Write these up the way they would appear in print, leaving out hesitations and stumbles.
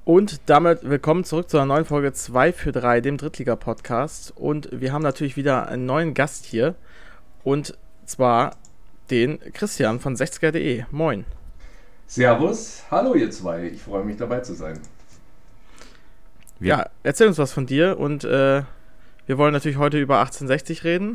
Und damit willkommen zurück zu einer neuen Folge 2 für 3, dem Drittliga-Podcast. Und wir haben natürlich wieder einen neuen Gast hier. Und zwar den Christian von 60er.de. Moin. Servus, hallo ihr zwei, ich freue mich dabei zu sein. Ja, erzähl uns was von dir. Und wir wollen natürlich heute über 1860 reden.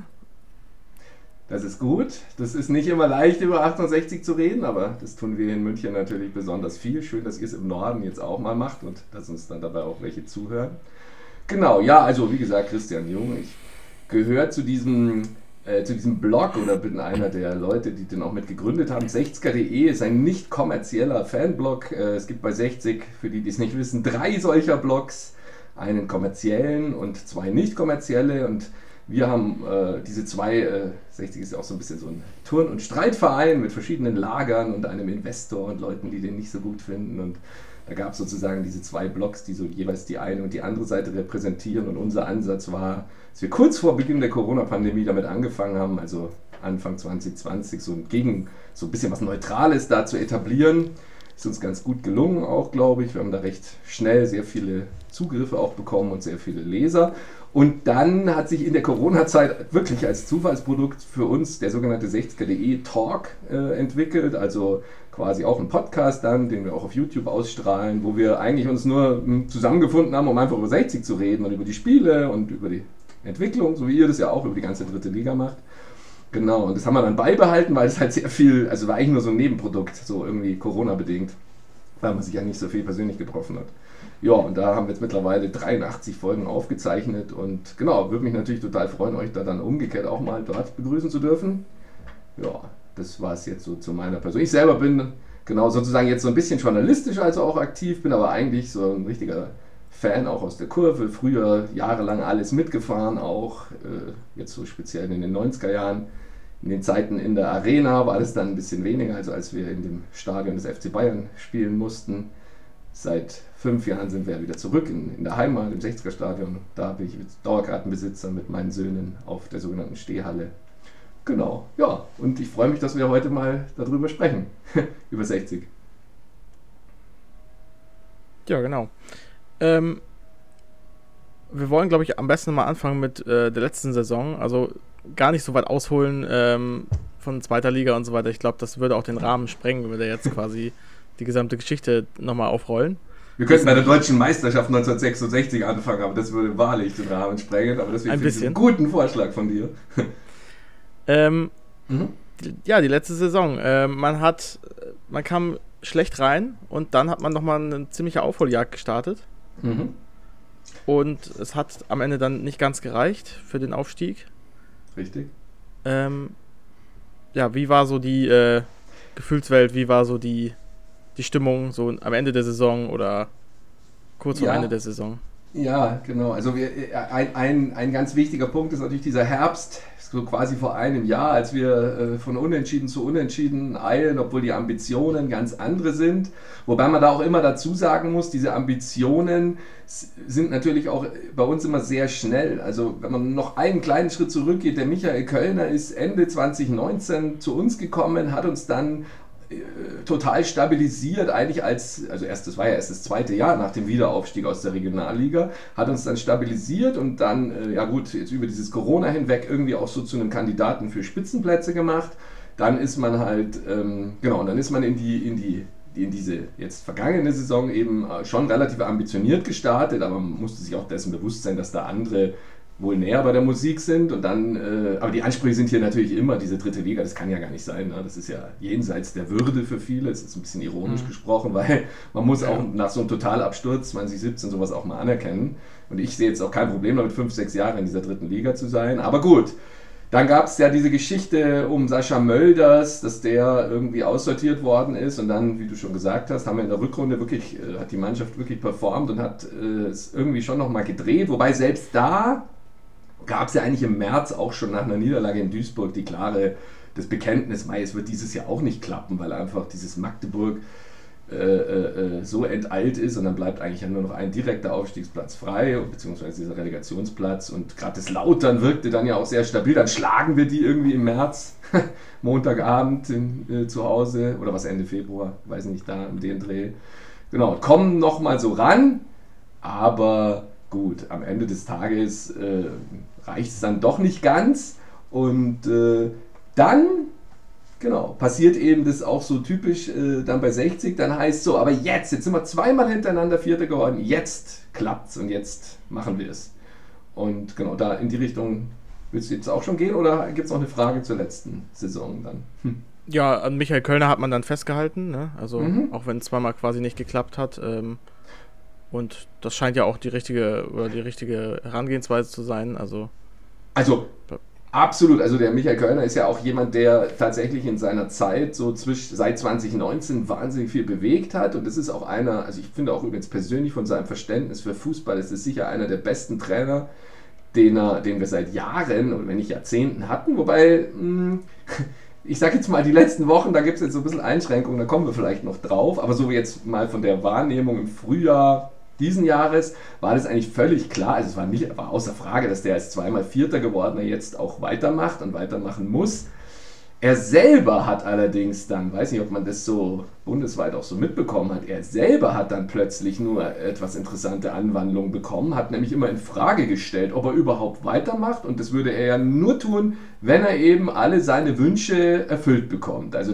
Das ist gut, das ist nicht immer leicht über 1860 zu reden, aber das tun wir in München natürlich besonders viel. Schön, dass ihr es im Norden jetzt auch mal macht und dass uns dann dabei auch welche zuhören. Genau, ja, also wie gesagt, Christian Jung, ich gehöre zu diesem Blog oder bin einer der Leute, die den auch mit gegründet haben. 60er.de ist ein nicht kommerzieller Fanblog. Es gibt bei 60, für die es nicht wissen, 3 solcher Blogs. Einen kommerziellen und 2 nicht kommerzielle. Und wir haben diese 2, 60 ist ja auch so ein bisschen so ein Turn- und Streitverein mit verschiedenen Lagern und einem Investor und Leuten, die den nicht so gut finden. Und da gab es sozusagen diese 2 Blogs, die so jeweils die eine und die andere Seite repräsentieren. Und unser Ansatz war, dass wir kurz vor Beginn der Corona-Pandemie damit angefangen haben, also Anfang 2020, so ein bisschen was Neutrales da zu etablieren. Ist uns ganz gut gelungen auch, glaube ich. Wir haben da recht schnell sehr viele Zugriffe auch bekommen und sehr viele Leser. Und dann hat sich in der Corona-Zeit wirklich als Zufallsprodukt für uns der sogenannte 60er.de Talk entwickelt, also quasi auch ein Podcast dann, den wir auch auf YouTube ausstrahlen, wo wir eigentlich uns nur zusammengefunden haben, um einfach über 60 zu reden und über die Spiele und über die Entwicklung, so wie ihr das ja auch über die ganze dritte Liga macht. Genau, und das haben wir dann beibehalten, weil es halt sehr viel, also war eigentlich nur so ein Nebenprodukt, so irgendwie Corona-bedingt, weil man sich ja nicht so viel persönlich getroffen hat. Ja, und da haben wir jetzt mittlerweile 83 Folgen aufgezeichnet und genau, würde mich natürlich total freuen, euch da dann umgekehrt auch mal dort begrüßen zu dürfen. Ja, das war es jetzt so zu meiner Person. Ich selber bin genau sozusagen jetzt so ein bisschen journalistisch also auch aktiv, bin aber eigentlich so ein richtiger Fan auch aus der Kurve, früher jahrelang alles mitgefahren, auch jetzt so speziell in den 90er Jahren. In den Zeiten in der Arena war das dann ein bisschen weniger, also als wir in dem Stadion des FC Bayern spielen mussten. Seit 5 Jahren sind wir wieder zurück in der Heimat, im 60er-Stadion. Da bin ich jetzt Dauerkartenbesitzer mit meinen Söhnen auf der sogenannten Stehhalle. Genau, ja, und ich freue mich, dass wir heute mal darüber sprechen, über 60. Ja, genau. Wir wollen, glaube ich, am besten mal anfangen mit der letzten Saison. Also gar nicht so weit ausholen von zweiter Liga und so weiter. Ich glaube, das würde auch den Rahmen sprengen, wenn wir da jetzt quasi die gesamte Geschichte nochmal aufrollen. Wir könnten bei der deutschen Meisterschaft 1966 anfangen, aber das würde wahrlich den Rahmen sprengen. Aber deswegen finde ich einen guten Vorschlag von dir. Ja, die letzte Saison. Man kam schlecht rein und dann hat man nochmal eine ziemliche Aufholjagd gestartet. Mhm. Und es hat am Ende dann nicht ganz gereicht für den Aufstieg. Richtig. Ja, wie war so die Gefühlswelt, wie war so die Stimmung so am Ende der Saison oder kurz vor Ende der Saison? Ja, genau. Also ein ganz wichtiger Punkt ist natürlich dieser Herbst, so quasi vor einem Jahr, als wir von Unentschieden zu Unentschieden eilen, obwohl die Ambitionen ganz andere sind. Wobei man da auch immer dazu sagen muss, diese Ambitionen sind natürlich auch bei uns immer sehr schnell. Also wenn man noch einen kleinen Schritt zurückgeht, der Michael Kölner ist Ende 2019 zu uns gekommen, hat uns dann total stabilisiert, eigentlich das war ja erst das zweite Jahr nach dem Wiederaufstieg aus der Regionalliga, hat uns dann stabilisiert und dann, ja gut, jetzt über dieses Corona hinweg irgendwie auch so zu einem Kandidaten für Spitzenplätze gemacht. Dann ist man halt, genau, und dann ist man in diese jetzt vergangene Saison eben schon relativ ambitioniert gestartet, aber man musste sich auch dessen bewusst sein, dass da andere wohl näher bei der Musik sind und dann, aber die Ansprüche sind hier natürlich immer, diese dritte Liga, das kann ja gar nicht sein, ne? Das ist ja jenseits der Würde für viele, das ist ein bisschen ironisch gesprochen, weil man muss auch nach so einem Totalabsturz 2017 sowas auch mal anerkennen und ich sehe jetzt auch kein Problem damit, 5, 6 Jahre in dieser dritten Liga zu sein, aber gut. Dann gab es ja diese Geschichte um Sascha Mölders, dass der irgendwie aussortiert worden ist und dann, wie du schon gesagt hast, haben wir in der Rückrunde wirklich, hat die Mannschaft wirklich performt und hat es irgendwie schon nochmal gedreht, wobei selbst da gab es ja eigentlich im März auch schon nach einer Niederlage in Duisburg das Bekenntnis, es wird dieses Jahr auch nicht klappen, weil einfach dieses Magdeburg so enteilt ist und dann bleibt eigentlich ja nur noch ein direkter Aufstiegsplatz frei, beziehungsweise dieser Relegationsplatz und gerade das Lautern wirkte dann ja auch sehr stabil, dann schlagen wir die irgendwie im März, Montagabend zu Hause oder was Ende Februar, weiß nicht, da in dem Dreh. genau, kommen nochmal so ran, aber gut, am Ende des Tages reicht es dann doch nicht ganz und dann, genau, passiert eben das auch so typisch dann bei 60, dann heißt so, aber jetzt sind wir zweimal hintereinander Vierter geworden, jetzt klappt's und jetzt machen wir es. Und genau, da in die Richtung willst du jetzt auch schon gehen oder gibt es noch eine Frage zur letzten Saison dann? Ja, an Michael Kölner hat man dann festgehalten, ne? Also auch wenn es zweimal quasi nicht geklappt hat. Und das scheint ja auch die richtige Herangehensweise zu sein. Also absolut, also der Michael Kölner ist ja auch jemand, der tatsächlich in seiner Zeit so seit 2019 wahnsinnig viel bewegt hat und das ist auch einer, also ich finde auch übrigens persönlich von seinem Verständnis für Fußball, ist es sicher einer der besten Trainer, den wir seit Jahren oder wenn nicht Jahrzehnten hatten, wobei ich sage jetzt mal die letzten Wochen, da gibt es jetzt so ein bisschen Einschränkungen, da kommen wir vielleicht noch drauf, aber so jetzt mal von der Wahrnehmung im Frühjahr diesen Jahres war das eigentlich völlig klar, also es war außer Frage, dass der als zweimal Vierter gewordener jetzt auch weitermacht und weitermachen muss. Er selber hat allerdings dann, weiß nicht, ob man das so bundesweit auch so mitbekommen hat, er selber hat dann plötzlich nur etwas interessante Anwandlungen bekommen, hat nämlich immer in Frage gestellt, ob er überhaupt weitermacht und das würde er ja nur tun, wenn er eben alle seine Wünsche erfüllt bekommt. Also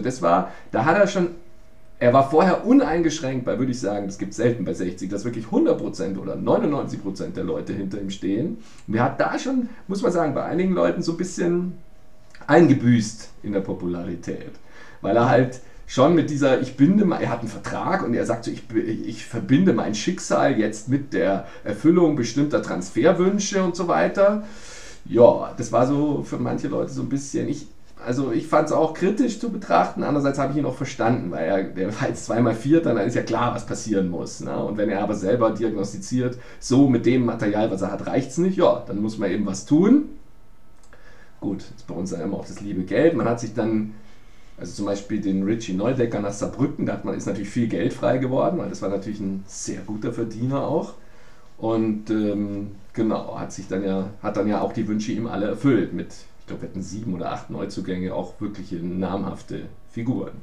er war vorher uneingeschränkt, würde ich sagen, das gibt es selten bei 60, dass wirklich 100% oder 99% der Leute hinter ihm stehen. Und er hat da schon, muss man sagen, bei einigen Leuten so ein bisschen eingebüßt in der Popularität, weil er halt schon mit dieser, er hat einen Vertrag und er sagt so, ich verbinde mein Schicksal jetzt mit der Erfüllung bestimmter Transferwünsche und so weiter. Ja, das war so für manche Leute so ein bisschen, ich fand es auch kritisch zu betrachten, andererseits habe ich ihn auch verstanden, weil der war jetzt zweimal Vierter, dann ist ja klar, was passieren muss. Ne? Und wenn er aber selber diagnostiziert, so mit dem Material, was er hat, reicht es nicht, ja, dann muss man eben was tun. Gut, ist bei uns dann immer auch das liebe Geld. Man hat sich dann, also zum Beispiel den Richie Neudecker nach Saarbrücken, ist natürlich viel Geld frei geworden, weil das war natürlich ein sehr guter Verdiener auch. Und genau, hat dann ja auch die Wünsche ihm alle erfüllt mit, ich glaube, wir hatten 7 oder 8 Neuzugänge, auch wirkliche namhafte Figuren.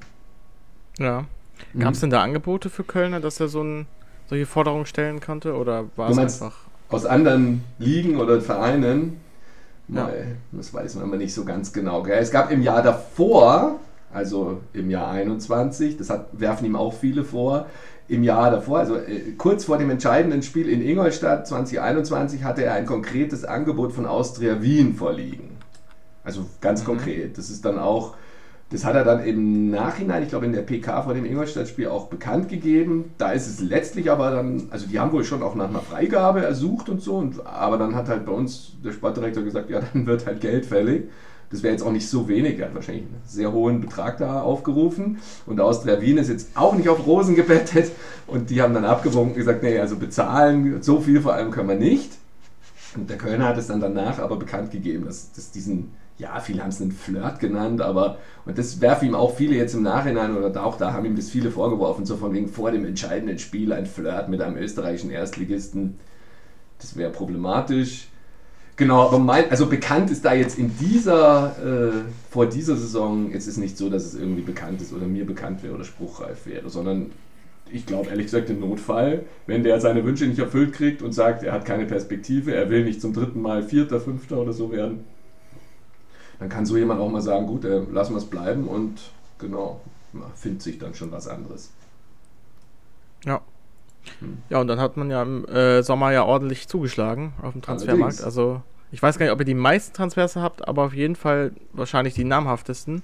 Ja. Gab es denn da Angebote für Kölner, dass er solche Forderungen stellen konnte? Oder war du es meinst einfach aus anderen Ligen oder Vereinen? Ja. Das weiß man immer nicht so ganz genau. Gell? Es gab im Jahr davor, also im Jahr 21, werfen ihm auch viele vor, im Jahr davor, also kurz vor dem entscheidenden Spiel in Ingolstadt 2021, hatte er ein konkretes Angebot von Austria Wien vorliegen. Also ganz konkret. Das hat er dann im Nachhinein, ich glaube in der PK vor dem Ingolstadt-Spiel auch bekannt gegeben. Da ist es letztlich aber dann, also die haben wohl schon auch nach einer Freigabe ersucht und so, aber dann hat halt bei uns der Sportdirektor gesagt, ja, dann wird halt Geld fällig. Das wäre jetzt auch nicht so wenig, er hat wahrscheinlich einen sehr hohen Betrag da aufgerufen und Austria Wien ist jetzt auch nicht auf Rosen gebettet und die haben dann abgewunken und gesagt, nee, also bezahlen, so viel vor allem können wir nicht. Und der Kölner hat es dann danach aber bekannt gegeben, dass diesen, ja, viele haben es einen Flirt genannt, und das werfen ihm auch viele jetzt im Nachhinein, oder auch da haben ihm das viele vorgeworfen, so von wegen vor dem entscheidenden Spiel ein Flirt mit einem österreichischen Erstligisten. Das wäre problematisch. Genau, aber bekannt ist da jetzt vor dieser Saison, jetzt ist nicht so, dass es irgendwie bekannt ist oder mir bekannt wäre oder spruchreif wäre, sondern ich glaube ehrlich gesagt im Notfall, wenn der seine Wünsche nicht erfüllt kriegt und sagt, er hat keine Perspektive, er will nicht zum 3. Mal 4., 5. oder so werden, dann kann so jemand auch mal sagen, gut, lassen wir es bleiben und genau, findet sich dann schon was anderes. Ja. Ja, und dann hat man ja im Sommer ja ordentlich zugeschlagen auf dem Transfermarkt. Allerdings. Also ich weiß gar nicht, ob ihr die meisten Transfers habt, aber auf jeden Fall wahrscheinlich die namhaftesten.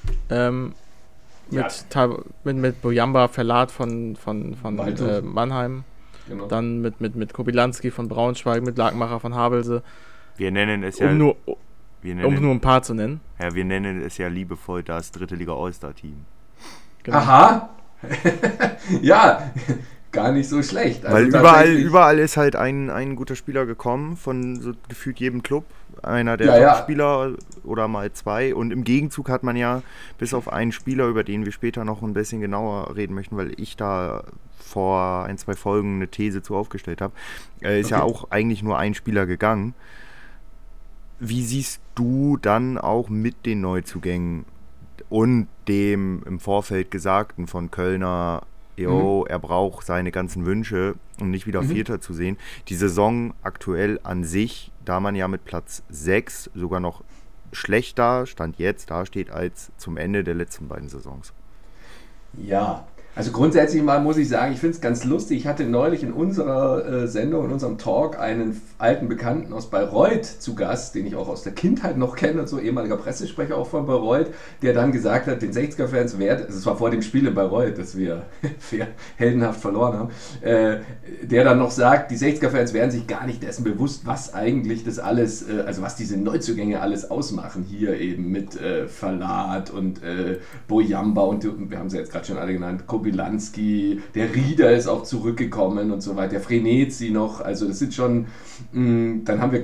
Mit Bojamba, Verlat von Mannheim. Genau. Dann mit Kobylanski von Braunschweig, mit Lagmacher von Havelse. Wir nennen es um nur ein paar zu nennen. Ja, wir nennen es ja liebevoll das 3. Liga All-Star-Team. Genau. Aha! Ja, gar nicht so schlecht. Also weil überall ist halt ein guter Spieler gekommen, von so gefühlt jedem Club. Einer der Top-Spieler oder mal 2. Und im Gegenzug hat man ja, bis auf einen Spieler, über den wir später noch ein bisschen genauer reden möchten, weil ich da vor 1-2 Folgen eine These zu aufgestellt habe, ist ja auch eigentlich nur ein Spieler gegangen. Wie siehst du dann auch mit den Neuzugängen und dem im Vorfeld Gesagten von Kölner, er braucht seine ganzen Wünsche, um nicht wieder Vierter zu sehen. Die Saison aktuell an sich, da man ja mit Platz 6 sogar noch schlechter Stand jetzt dasteht als zum Ende der letzten beiden Saisons. Ja, also grundsätzlich mal muss ich sagen, ich finde es ganz lustig. Ich hatte neulich in unserer Sendung, in unserem Talk, einen alten Bekannten aus Bayreuth zu Gast, den ich auch aus der Kindheit noch kenne und so, ehemaliger Pressesprecher auch von Bayreuth, der dann gesagt hat, den 60er-Fans es war vor dem Spiel in Bayreuth, das wir heldenhaft verloren haben, der dann noch sagt, die 60er-Fans wären sich gar nicht dessen bewusst, was eigentlich das alles, also was diese Neuzugänge alles ausmachen, hier eben mit Verlat und Bojamba und wir haben sie jetzt gerade schon alle genannt, Kobylanski, der Rieder ist auch zurückgekommen und so weiter, der Frenetzi noch, also das sind schon, dann haben wir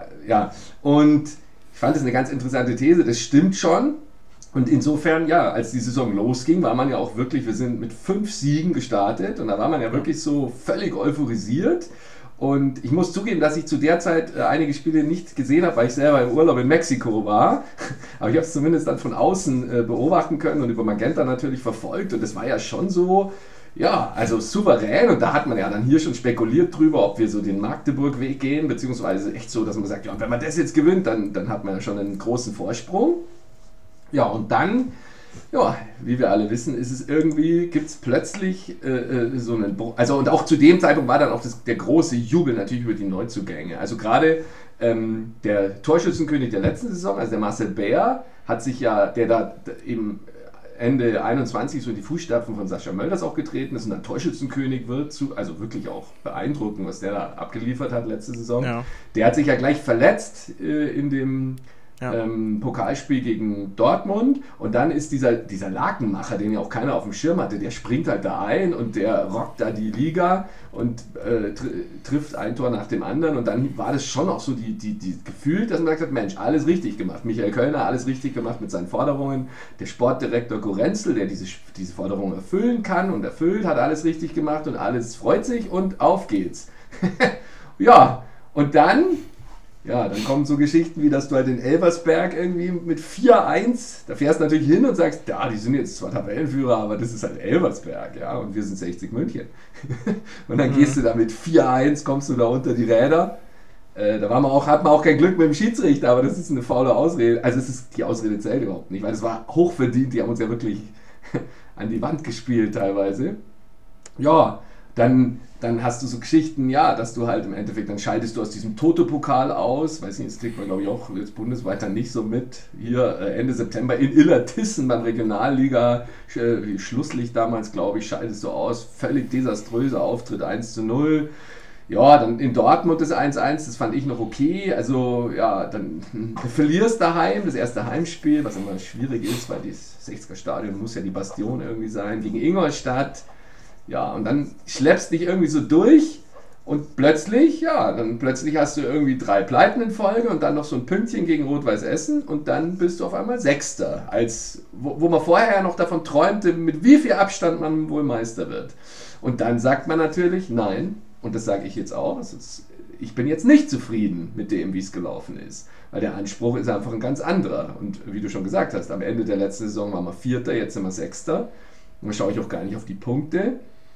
und ich fand das eine ganz interessante These, das stimmt schon und insofern, ja, als die Saison losging, war man ja auch wirklich, wir sind mit 5 Siegen gestartet und da war man ja wirklich so völlig euphorisiert. Und ich muss zugeben, dass ich zu der Zeit einige Spiele nicht gesehen habe, weil ich selber im Urlaub in Mexiko war. Aber ich habe es zumindest dann von außen beobachten können und über Magenta natürlich verfolgt. Und das war ja schon so, ja, also souverän. Und da hat man ja dann hier schon spekuliert drüber, ob wir so den Magdeburg-Weg gehen, beziehungsweise echt so, dass man sagt, ja, wenn man das jetzt gewinnt, dann hat man ja schon einen großen Vorsprung. Ja, und dann... Ja, wie wir alle wissen, gibt es plötzlich so einen Bruch. Also und auch zu dem Zeitpunkt war dann auch der große Jubel natürlich über die Neuzugänge. Also gerade der Torschützenkönig der letzten Saison, also der Marcel Bär, hat sich ja, der da eben Ende 21 so in die Fußstapfen von Sascha Mölders auch getreten ist und dann Torschützenkönig wird, also wirklich auch beeindruckend, was der da abgeliefert hat letzte Saison. Ja. Der hat sich ja gleich verletzt in dem Pokalspiel gegen Dortmund und dann ist dieser Lakenmacher, den ja auch keiner auf dem Schirm hatte, der springt halt da ein und der rockt da die Liga und trifft ein Tor nach dem anderen und dann war das schon auch so die Gefühl, dass man gesagt hat, Mensch, alles richtig gemacht. Michael Kölner, alles richtig gemacht mit seinen Forderungen. Der Sportdirektor Gorenzel, der diese Forderungen erfüllen kann und erfüllt, hat alles richtig gemacht und alles freut sich und auf geht's. Ja, und dann kommen so Geschichten wie, dass du halt in Elversberg irgendwie mit 4-1, da fährst du natürlich hin und sagst, ja, die sind jetzt zwar Tabellenführer, aber das ist halt Elversberg, ja, und wir sind 60 München. Und dann gehst du da mit 4-1, kommst du da unter die Räder. Da hat man auch kein Glück mit dem Schiedsrichter, aber das ist eine faule Ausrede. Also die Ausrede zählt überhaupt nicht, weil es war hochverdient, die haben uns ja wirklich an die Wand gespielt teilweise. Ja, dann hast du so Geschichten, ja, dass du halt im Endeffekt, dann scheidest du aus diesem Toto-Pokal aus, weiß nicht, das kriegt man glaube ich auch jetzt bundesweit dann nicht so mit, hier Ende September in Illertissen beim Regionalliga, Schlusslicht damals glaube ich, scheidest du aus, völlig desaströser Auftritt, 1:0. Ja, dann in Dortmund das 1:1, das fand ich noch okay, also ja, dann du verlierst daheim, das erste Heimspiel, was immer schwierig ist, weil das 60er-Stadion muss ja die Bastion irgendwie sein, gegen Ingolstadt. Ja, und dann schleppst dich irgendwie so durch und plötzlich hast du irgendwie 3 Pleiten in Folge und dann noch so ein Pünktchen gegen Rot-Weiß Essen und dann bist du auf einmal Sechster, wo man vorher ja noch davon träumte, mit wie viel Abstand man wohl Meister wird. Und dann sagt man natürlich, nein, und das sage ich jetzt auch, ich bin jetzt nicht zufrieden mit dem, wie es gelaufen ist, weil der Anspruch ist einfach ein ganz anderer. Und wie du schon gesagt hast, am Ende der letzten Saison waren wir Vierter, jetzt sind wir Sechster. Und da schaue ich auch gar nicht auf die Punkte.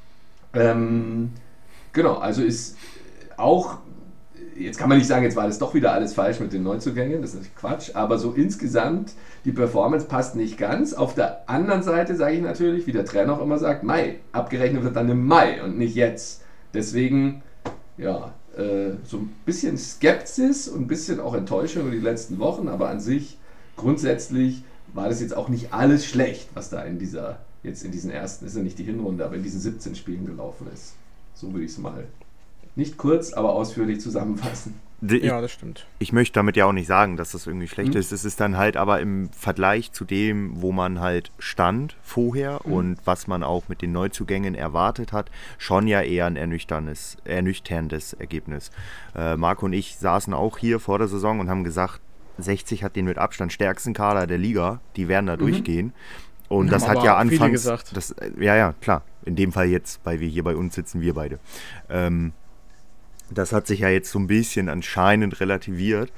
Genau, also ist auch, jetzt kann man nicht sagen, jetzt war das doch wieder alles falsch mit den Neuzugängen, das ist natürlich Quatsch, aber so insgesamt, die Performance passt nicht ganz. Auf der anderen Seite sage ich natürlich, wie der Trainer auch immer sagt, Mai, abgerechnet wird dann im Mai und nicht jetzt. Deswegen, ja, so ein bisschen Skepsis und ein bisschen auch Enttäuschung über die letzten Wochen, aber an sich grundsätzlich war das jetzt auch nicht alles schlecht, was da in diesen ersten, ist ja nicht die Hinrunde, aber in diesen 17 Spielen gelaufen ist. So würde ich es mal nicht kurz, aber ausführlich zusammenfassen. Ja, das stimmt. Ich möchte damit ja auch nicht sagen, dass das irgendwie schlecht ist. Es ist dann halt aber im Vergleich zu dem, wo man halt stand vorher und was man auch mit den Neuzugängen erwartet hat, schon ja eher ein ernüchterndes Ergebnis. Marco und ich saßen auch hier vor der Saison und haben gesagt, 60 hat den mit Abstand stärksten Kader der Liga, die werden da durchgehen. Und das hat ja anfangs, ja, klar, in dem Fall jetzt, weil wir hier bei uns sitzen, wir beide. Das hat sich ja jetzt so ein bisschen anscheinend relativiert.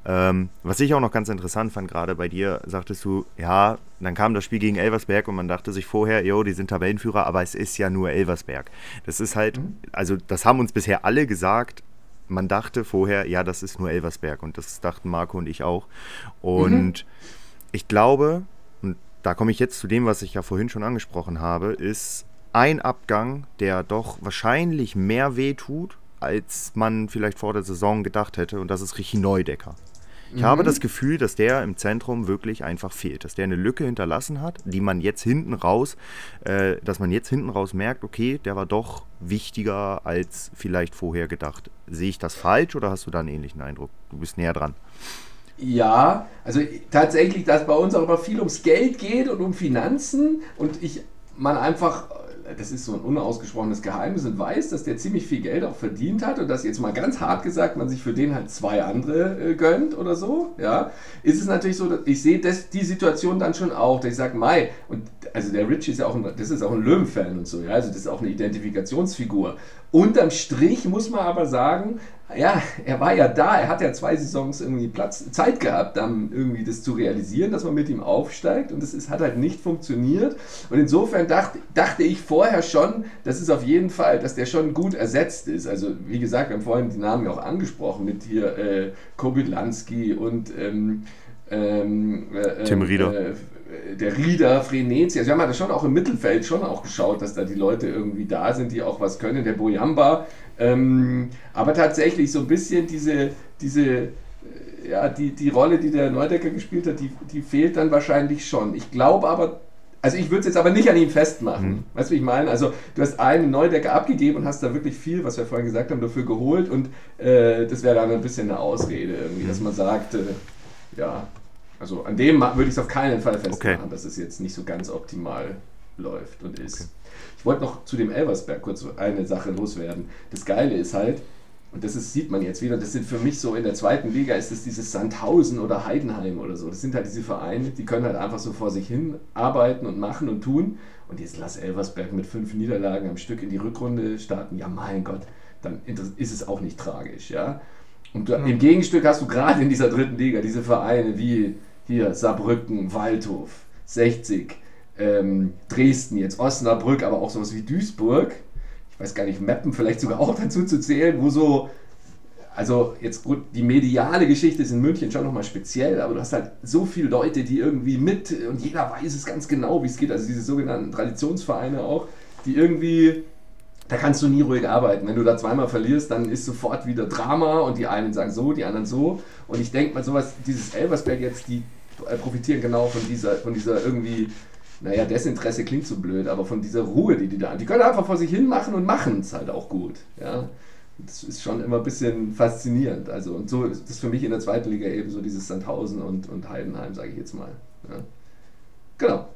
Was ich auch noch ganz interessant fand, gerade bei dir, sagtest du, ja, dann kam das Spiel gegen Elversberg und man dachte sich vorher, die sind Tabellenführer, aber es ist ja nur Elversberg. Das ist halt, also das haben uns bisher alle gesagt, man dachte vorher, ja, das ist nur Elversberg und das dachten Marco und ich auch. Und ich glaube, und da komme ich jetzt zu dem, was ich ja vorhin schon angesprochen habe, ist ein Abgang, der doch wahrscheinlich mehr wehtut, als man vielleicht vor der Saison gedacht hätte, und das ist Richie Neudecker. Ich habe das Gefühl, dass der im Zentrum wirklich einfach fehlt, dass der eine Lücke hinterlassen hat, die man jetzt hinten raus, merkt, okay, der war doch wichtiger als vielleicht vorher gedacht. Sehe ich das falsch oder hast du da einen ähnlichen Eindruck? Du bist näher dran. Ja, also tatsächlich, dass bei uns auch immer viel ums Geld geht und um Finanzen und man einfach, das ist so ein unausgesprochenes Geheimnis und weiß, dass der ziemlich viel Geld auch verdient hat und dass jetzt mal ganz hart gesagt, man sich für den halt 2 andere gönnt oder so, ja, ist es natürlich so, dass ich sehe die Situation dann schon auch, dass ich sage, und also der Richie ist ja auch ein Löwen-Fan und so, ja, also das ist auch eine Identifikationsfigur. Unterm Strich muss man aber sagen, ja, er war ja da, er hat ja 2 Saisons irgendwie Zeit gehabt, dann irgendwie das zu realisieren, dass man mit ihm aufsteigt und das hat halt nicht funktioniert und insofern dachte ich vorher schon, das ist auf jeden Fall, dass der schon gut ersetzt ist, also wie gesagt, wir haben vorhin die Namen ja auch angesprochen mit hier Kobylanski und Tim Rieder. Der Rieder, Frenetzi, also wir haben halt schon auch im Mittelfeld schon auch geschaut, dass da die Leute irgendwie da sind, die auch was können, der Boyamba, aber tatsächlich so ein bisschen die Rolle, die der Neudecker gespielt hat, die fehlt dann wahrscheinlich schon. Ich glaube aber, also ich würde es jetzt aber nicht an ihm festmachen, weißt du, wie ich meine? Also du hast einen Neudecker abgegeben und hast da wirklich viel, was wir vorhin gesagt haben, dafür geholt und das wäre dann ein bisschen eine Ausrede irgendwie, dass man sagt, also an dem würde ich es auf keinen Fall festmachen, dass es jetzt nicht so ganz optimal läuft und ist. Okay. Ich wollte noch zu dem Elversberg kurz eine Sache loswerden. Das Geile ist halt, und sieht man jetzt wieder, das sind für mich so in der 2. Liga, ist das dieses Sandhausen oder Heidenheim oder so. Das sind halt diese Vereine, die können halt einfach so vor sich hin arbeiten und machen und tun. Und jetzt lass Elversberg mit 5 Niederlagen am Stück in die Rückrunde starten. Ja, mein Gott, dann ist es auch nicht tragisch, ja. Und im Gegenstück hast du gerade in dieser 3. Liga diese Vereine wie hier Saarbrücken, Waldhof, 60, Dresden, jetzt Osnabrück, aber auch sowas wie Duisburg, ich weiß gar nicht, Meppen vielleicht sogar auch dazu zu zählen, wo so, also jetzt gut, die mediale Geschichte ist in München schon nochmal speziell, aber du hast halt so viele Leute, die irgendwie und jeder weiß es ganz genau, wie es geht, also diese sogenannten Traditionsvereine auch, die irgendwie, da kannst du nie ruhig arbeiten. Wenn du da 2-mal verlierst, dann ist sofort wieder Drama und die einen sagen so, die anderen so. Und ich denke mal, sowas, dieses Elversberg jetzt, die profitieren genau von dieser irgendwie, Desinteresse klingt so blöd, aber von dieser Ruhe, die da haben. Die können einfach vor sich hin machen und machen es halt auch gut. Ja? Das ist schon immer ein bisschen faszinierend. Also, und so ist das für mich in der 2. Liga eben so dieses Sandhausen und Heidenheim, sage ich jetzt mal. Ja. Genau.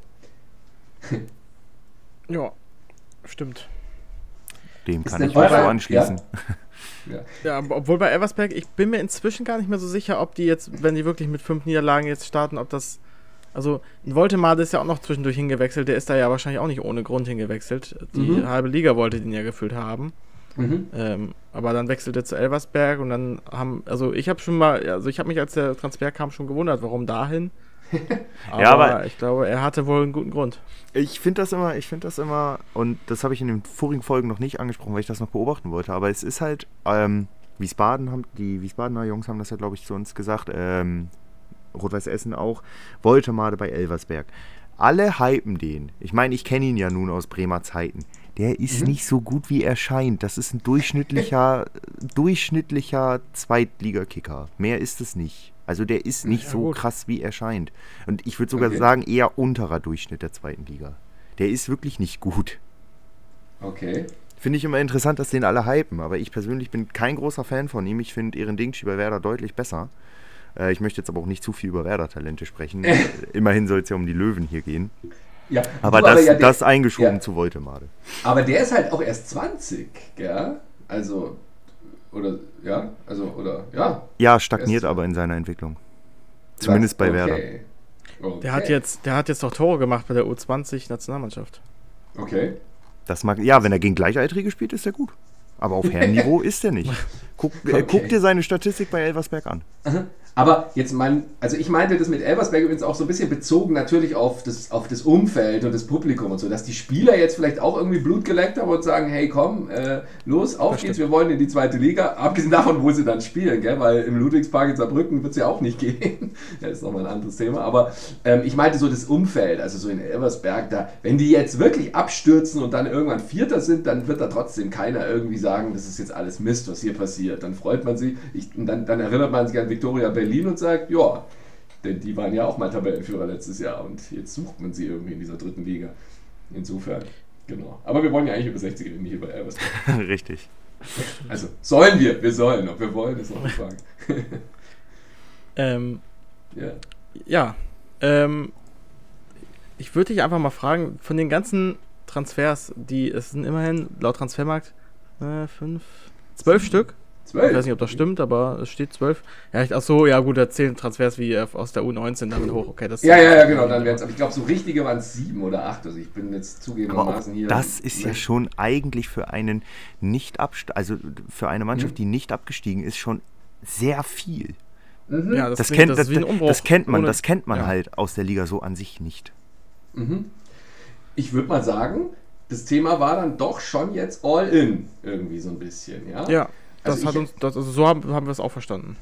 Ja, stimmt. Dem kann ich mich so anschließen. Ja, obwohl bei Elversberg, ich bin mir inzwischen gar nicht mehr so sicher, ob die jetzt, wenn die wirklich mit 5 Niederlagen jetzt starten, ob das, also ein Woltemade ist ja auch noch zwischendurch hingewechselt, der ist da ja wahrscheinlich auch nicht ohne Grund hingewechselt. Die halbe Liga wollte den ja gefüllt haben. Aber dann wechselte er zu Elversberg und dann ich habe mich, als der Transfer kam, schon gewundert, warum dahin. Aber ich glaube, er hatte wohl einen guten Grund. Ich finde das immer, und das habe ich in den vorigen Folgen noch nicht angesprochen, weil ich das noch beobachten wollte, aber es ist halt, die Wiesbadener Jungs haben das ja, glaube ich, zu uns gesagt, Rot-Weiß Essen auch, Woltemade bei Elversberg. Alle hypen den. Ich meine, ich kenne ihn ja nun aus Bremer Zeiten. Der ist nicht so gut, wie er scheint. Das ist ein durchschnittlicher Zweitligakicker. Mehr ist es nicht. Also der ist nicht so krass, wie er scheint. Und ich würde sogar sagen, eher unterer Durchschnitt der 2. Liga. Der ist wirklich nicht gut. Okay. Finde ich immer interessant, dass den alle hypen. Aber ich persönlich bin kein großer Fan von ihm. Ich finde Ehren Dingshi bei Werder deutlich besser. Ich möchte jetzt aber auch nicht zu viel über Werder-Talente sprechen. Immerhin soll es ja um die Löwen hier gehen. Ja, aber das eingeschoben zu Woltemade. Aber der ist halt auch erst 20, ja? Also, ja. Ja, stagniert aber in seiner Entwicklung. Zumindest bei Werder. Okay. Der hat jetzt doch Tore gemacht bei der U20-Nationalmannschaft. Okay. Wenn er gegen Gleichaltrige spielt, ist er gut. Aber auf Herrenniveau ist er nicht. Guck dir seine Statistik bei Elversberg an. Aber jetzt also ich meinte das mit Elversberg übrigens auch so ein bisschen bezogen natürlich auf das Umfeld und das Publikum und so, dass die Spieler jetzt vielleicht auch irgendwie Blut geleckt haben und sagen, hey komm, los, auf geht's, wir wollen in die zweite Liga, abgesehen davon, wo sie dann spielen, gell? Weil im Ludwigspark in Saarbrücken wird es ja auch nicht gehen, das ist nochmal ein anderes Thema, aber ich meinte so das Umfeld, also so in Elversberg, da, wenn die jetzt wirklich abstürzen und dann irgendwann Vierter sind, dann wird da trotzdem keiner irgendwie sagen, das ist jetzt alles Mist, was hier passiert, dann freut man sich, dann erinnert man sich an Viktoria Berlin und sagt, ja, denn die waren ja auch mal Tabellenführer letztes Jahr und jetzt sucht man sie irgendwie in dieser dritten Liga. Insofern, genau. Aber wir wollen ja eigentlich über 60 reden, nicht über Elversberg. Richtig. Also, sollen wir sollen. Ob wir wollen, ist noch die Frage. Ich würde dich einfach mal fragen, von den ganzen Transfers, es sind immerhin laut Transfermarkt 12 Stück. 12? Ich weiß nicht, ob das stimmt, aber es steht 12. Ja, achso, ja gut, da zählen Transfers wie aus der U19 damit hoch. Okay, das ja, genau, dann wären es, aber ich glaube, so richtige waren es 7 oder 8. Also ich bin jetzt zugegebenermaßen hier. Das ist ja schon eigentlich für einen für eine Mannschaft, die nicht abgestiegen ist, schon sehr viel. Mhm. Ja, das kennt man halt aus der Liga so an sich nicht. Mhm. Ich würde mal sagen, das Thema war dann doch schon jetzt all in irgendwie so ein bisschen, ja? Ja. So haben wir es auch verstanden.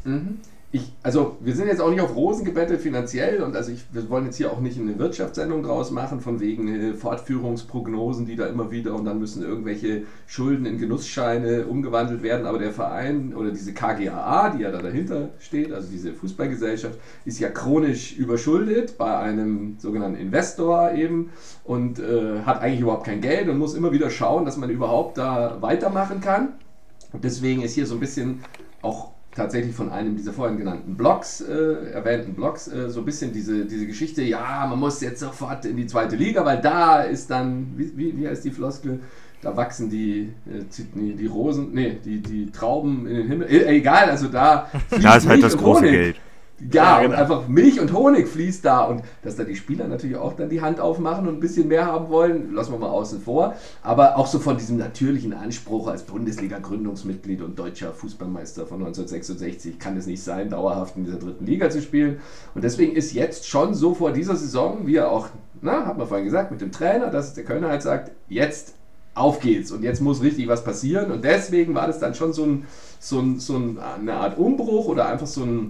Also wir sind jetzt auch nicht auf Rosen gebettet finanziell und wir wollen jetzt hier auch nicht eine Wirtschaftssendung draus machen, von wegen Fortführungsprognosen, die da immer wieder und dann müssen irgendwelche Schulden in Genussscheine umgewandelt werden, aber der Verein oder diese KGaA, die ja da dahinter steht, also diese Fußballgesellschaft, ist ja chronisch überschuldet bei einem sogenannten Investor eben und hat eigentlich überhaupt kein Geld und muss immer wieder schauen, dass man überhaupt da weitermachen kann. Und deswegen ist hier so ein bisschen auch tatsächlich von einem dieser vorhin genannten erwähnten Blogs, so ein bisschen diese Geschichte, ja, man muss jetzt sofort in die zweite Liga, weil da ist dann, wie heißt die Floskel, da wachsen die Rosen, die Trauben in den Himmel, egal, also da ist halt das große Geld. Ja, genau. Und einfach Milch und Honig fließt da und dass da die Spieler natürlich auch dann die Hand aufmachen und ein bisschen mehr haben wollen, lassen wir mal außen vor, aber auch so von diesem natürlichen Anspruch als Bundesliga-Gründungsmitglied und deutscher Fußballmeister von 1966 kann es nicht sein, dauerhaft in dieser dritten Liga zu spielen und deswegen ist jetzt schon so vor dieser Saison, wie er auch, hat man vorhin gesagt, mit dem Trainer, dass der Kölner halt sagt, jetzt auf geht's und jetzt muss richtig was passieren und deswegen war das dann schon so eine Art Umbruch oder einfach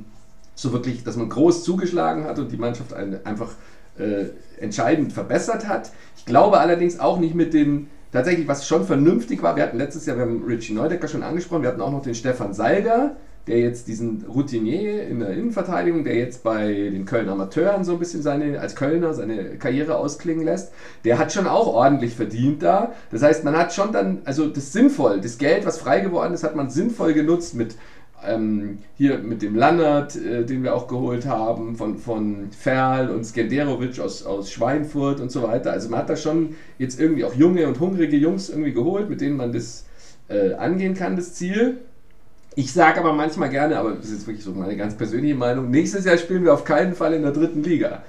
so wirklich, dass man groß zugeschlagen hat und die Mannschaft einfach entscheidend verbessert hat. Ich glaube allerdings auch nicht mit tatsächlich, was schon vernünftig war, wir hatten letztes Jahr, wir haben Richie Neudecker schon angesprochen, wir hatten auch noch den Stefan Salger, der jetzt diesen Routinier in der Innenverteidigung, der jetzt bei den Kölner Amateuren so ein bisschen als Kölner seine Karriere ausklingen lässt, der hat schon auch ordentlich verdient da. Das heißt, man hat schon dann, also das Geld, was frei geworden ist, hat man sinnvoll genutzt hier mit dem Lannert, den wir auch geholt haben, von Ferl und Skenderovic aus Schweinfurt und so weiter. Also man hat da schon jetzt irgendwie auch junge und hungrige Jungs irgendwie geholt, mit denen man das angehen kann, das Ziel. Ich sage aber manchmal gerne, aber das ist jetzt wirklich so meine ganz persönliche Meinung, nächstes Jahr spielen wir auf keinen Fall in der dritten Liga.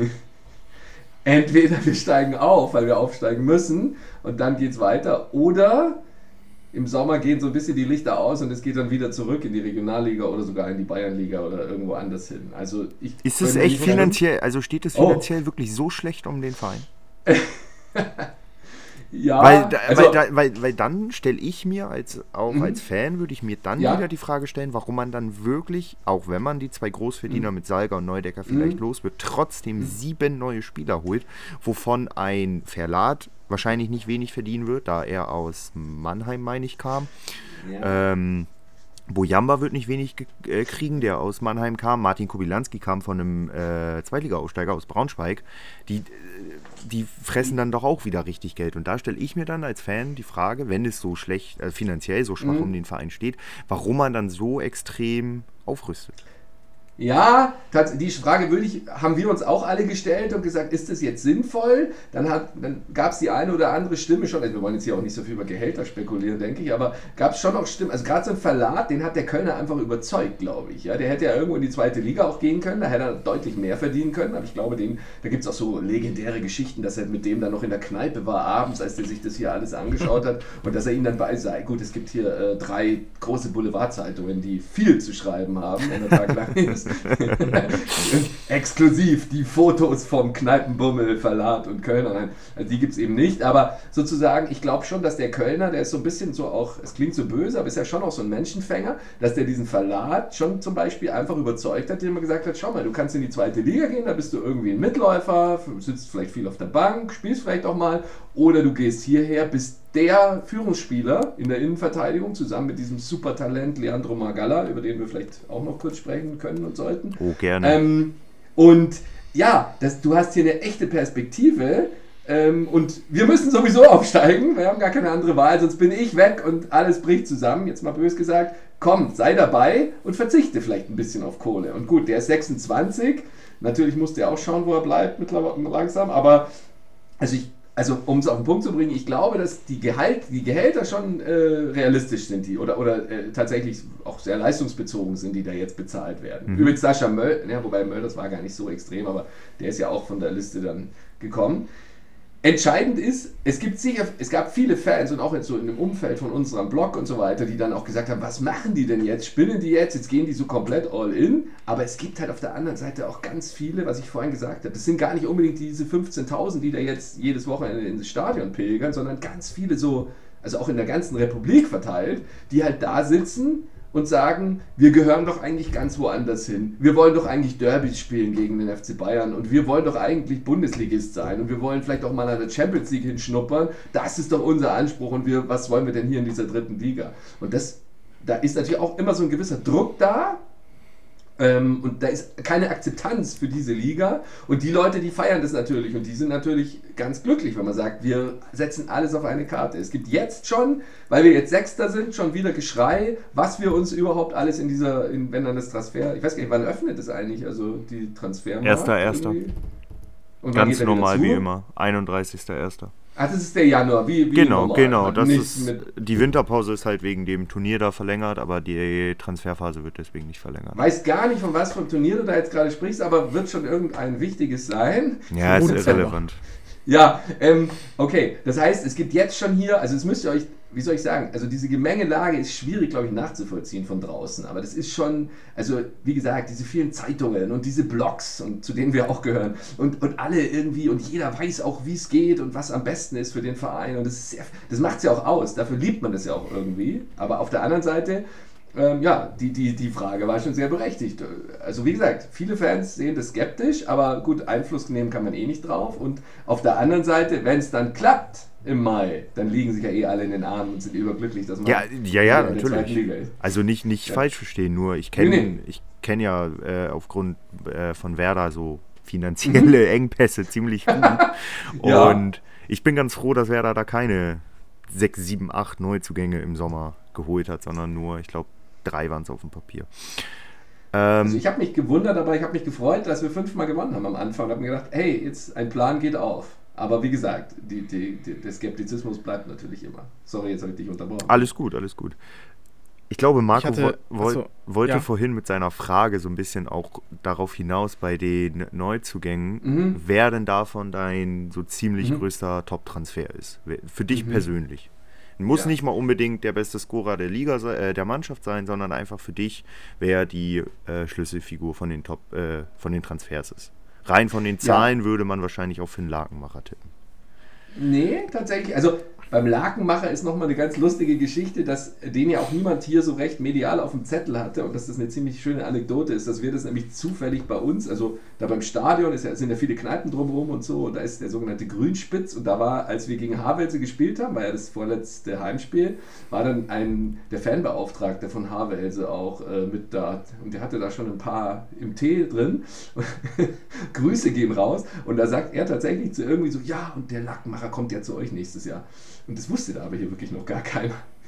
Entweder wir steigen auf, weil wir aufsteigen müssen und dann geht es weiter, oder im Sommer gehen so ein bisschen die Lichter aus und es geht dann wieder zurück in die Regionalliga oder sogar in die Bayernliga oder irgendwo anders hin. Also ist es echt finanziell, also steht es finanziell wirklich so schlecht um den Verein? Ja, weil dann stelle ich mir als Fan, würde ich mir dann wieder die Frage stellen, warum man dann wirklich, auch wenn man die zwei Großverdiener mit Salger und Neudecker vielleicht los wird, trotzdem 7 neue Spieler holt, wovon ein Verlat wahrscheinlich nicht wenig verdienen wird, da er aus Mannheim, meine ich, kam. Ja. Bojamba wird nicht wenig kriegen, der aus Mannheim kam. Martin Kobylanski kam von einem Zweitliga-Aufsteiger aus Braunschweig. Die fressen dann doch auch wieder richtig Geld. Und da stelle ich mir dann als Fan die Frage, wenn es so schlecht, finanziell so schwach um den Verein steht, warum man dann so extrem aufrüstet. Ja, die Frage haben wir uns auch alle gestellt und gesagt, ist das jetzt sinnvoll? Dann gab es die eine oder andere Stimme schon, also wir wollen jetzt hier auch nicht so viel über Gehälter spekulieren, denke ich, aber gab es schon auch Stimmen, also gerade so ein Verlat, den hat der Kölner einfach überzeugt, glaube ich. Ja, der hätte ja irgendwo in die zweite Liga auch gehen können, da hätte er deutlich mehr verdienen können, aber ich glaube, da gibt es auch so legendäre Geschichten, dass er mit dem dann noch in der Kneipe war abends, als der sich das hier alles angeschaut hat und dass er ihn dann gut, es gibt hier 3 große Boulevardzeitungen, die viel zu schreiben haben, wenn der Tag lang ist. Exklusiv die Fotos vom Kneipenbummel, Verlat und Kölner. Nein, also die gibt es eben nicht. Aber sozusagen, ich glaube schon, dass der Kölner, der ist so ein bisschen so auch, es klingt so böse, aber ist ja schon auch so ein Menschenfänger, dass der diesen Verlat schon zum Beispiel einfach überzeugt hat, indem er gesagt hat, schau mal, du kannst in die 2. Liga gehen, da bist du irgendwie ein Mitläufer, sitzt vielleicht viel auf der Bank, spielst vielleicht auch mal, oder du gehst hierher, bist der Führungsspieler in der Innenverteidigung, zusammen mit diesem Supertalent Leandro Magalla, über den wir vielleicht auch noch kurz sprechen können und sollten. Oh, gerne. Und ja, du hast hier eine echte Perspektive, und wir müssen sowieso aufsteigen, wir haben gar keine andere Wahl, sonst bin ich weg und alles bricht zusammen, jetzt mal böse gesagt. Komm, sei dabei und verzichte vielleicht ein bisschen auf Kohle. Und gut, der ist 26, natürlich muss der auch schauen, wo er bleibt langsam, aber also um es auf den Punkt zu bringen, ich glaube, dass die Gehälter schon realistisch sind, oder tatsächlich auch sehr leistungsbezogen sind, die da jetzt bezahlt werden. Übrigens Sascha Möll, wobei Möll, das war gar nicht so extrem, aber der ist ja auch von der Liste dann gekommen. Entscheidend ist, es gab viele Fans und auch jetzt so in dem Umfeld von unserem Blog und so weiter, die dann auch gesagt haben, was machen die denn jetzt? Spinnen die jetzt gehen die so komplett all in. Aber es gibt halt auf der anderen Seite auch ganz viele, was ich vorhin gesagt habe, das sind gar nicht unbedingt diese 15.000, die da jetzt jedes Wochenende ins Stadion pilgern, sondern ganz viele so, also auch in der ganzen Republik verteilt, die halt da sitzen und sagen, wir gehören doch eigentlich ganz woanders hin. Wir wollen doch eigentlich Derbys spielen gegen den FC Bayern und wir wollen doch eigentlich Bundesligist sein und wir wollen vielleicht auch mal an der Champions League hinschnuppern. Das ist doch unser Anspruch und was wollen wir denn hier in dieser 3. Liga? Und da ist natürlich auch immer so ein gewisser Druck da. Und da ist keine Akzeptanz für diese Liga und die Leute, die feiern das natürlich und die sind natürlich ganz glücklich, wenn man sagt, wir setzen alles auf eine Karte. Es gibt jetzt schon, weil wir jetzt Sechster sind, schon wieder Geschrei, was wir uns überhaupt alles wenn dann das Transfer, ich weiß gar nicht, wann öffnet es eigentlich, also die Transfermarkt? 1.1. Ganz normal wie immer, 31.1. Ach, das ist der Januar, wie genau, normal. Genau. Das ist, die Winterpause ist halt wegen dem Turnier da verlängert, aber die Transferphase wird deswegen nicht verlängert. Weiß gar nicht, von was vom Turnier du da jetzt gerade sprichst, aber wird schon irgendein wichtiges sein. Ja, ist irrelevant. Ja, okay. Das heißt, es gibt jetzt schon hier, also es müsst ihr euch, wie soll ich sagen, also diese Gemengelage ist schwierig, glaube ich, nachzuvollziehen von draußen. Aber das ist schon, also wie gesagt, diese vielen Zeitungen und diese Blogs, und zu denen wir auch gehören, und alle irgendwie, und jeder weiß auch, wie es geht und was am besten ist für den Verein. Und das macht es ja auch aus, dafür liebt man das ja auch irgendwie. Aber auf der anderen Seite, die Frage war schon sehr berechtigt. Also wie gesagt, viele Fans sehen das skeptisch, aber gut, Einfluss nehmen kann man eh nicht drauf. Und auf der anderen Seite, wenn es dann klappt im Mai, dann liegen sich ja eh alle in den Armen und sind überglücklich, dass man in der zweiten Liga ist. Also nicht falsch verstehen, nur ich kenne ja aufgrund von Werder so finanzielle Engpässe ziemlich gut. Und ich bin ganz froh, dass Werder da keine 6, 7, 8 Neuzugänge im Sommer geholt hat, sondern nur, ich glaube, 3 waren es auf dem Papier. Also ich habe mich gewundert, aber ich habe mich gefreut, dass wir 5-mal gewonnen haben am Anfang und habe mir gedacht, hey, jetzt ein Plan geht auf. Aber wie gesagt, der Skeptizismus bleibt natürlich immer. Sorry, jetzt habe ich dich unterbrochen. Alles gut. Ich glaube, Marco wollte vorhin mit seiner Frage so ein bisschen auch darauf hinaus bei den Neuzugängen, wer denn davon dein so ziemlich größter Top-Transfer ist. Für dich persönlich. Muss nicht mal unbedingt der beste Scorer der Liga, der Mannschaft sein, sondern einfach für dich, wer die Schlüsselfigur von den Transfers ist. Rein von den Zahlen würde man wahrscheinlich auf Finn Lakenmacher tippen. Nee, tatsächlich. Also beim Lakenmacher ist nochmal eine ganz lustige Geschichte, dass den ja auch niemand hier so recht medial auf dem Zettel hatte und dass das eine ziemlich schöne Anekdote ist, dass wir das nämlich zufällig bei uns, also da beim Stadion sind ja viele Kneipen drumherum und so, und da ist der sogenannte Grünspitz, und da war, als wir gegen Havelse gespielt haben, war ja das vorletzte Heimspiel, war dann der Fanbeauftragte von Havelse auch mit da, und der hatte da schon ein paar im Tee drin. Grüße gehen raus, und da sagt er tatsächlich zu irgendwie so, ja, und der Lakenmacher kommt ja zu euch nächstes Jahr. Und das wusste da aber hier wirklich noch gar keiner.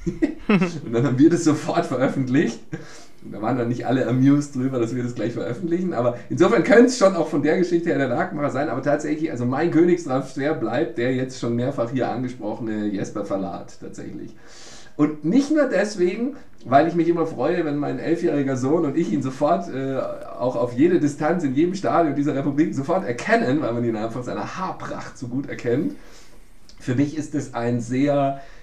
Und dann haben wir das sofort veröffentlicht. Und da waren dann nicht alle amused drüber, dass wir das gleich veröffentlichen. Aber insofern könnte es schon auch von der Geschichte her der Lakenmacher sein. Aber tatsächlich, also mein Königstransfer bleibt der jetzt schon mehrfach hier angesprochene Jesper Verlat tatsächlich. Und nicht nur deswegen, weil ich mich immer freue, wenn mein 11-jähriger Sohn und ich ihn sofort auch auf jede Distanz in jedem Stadion dieser Republik sofort erkennen, weil man ihn einfach seiner Haarpracht so gut erkennt. Für mich ist es ein sehr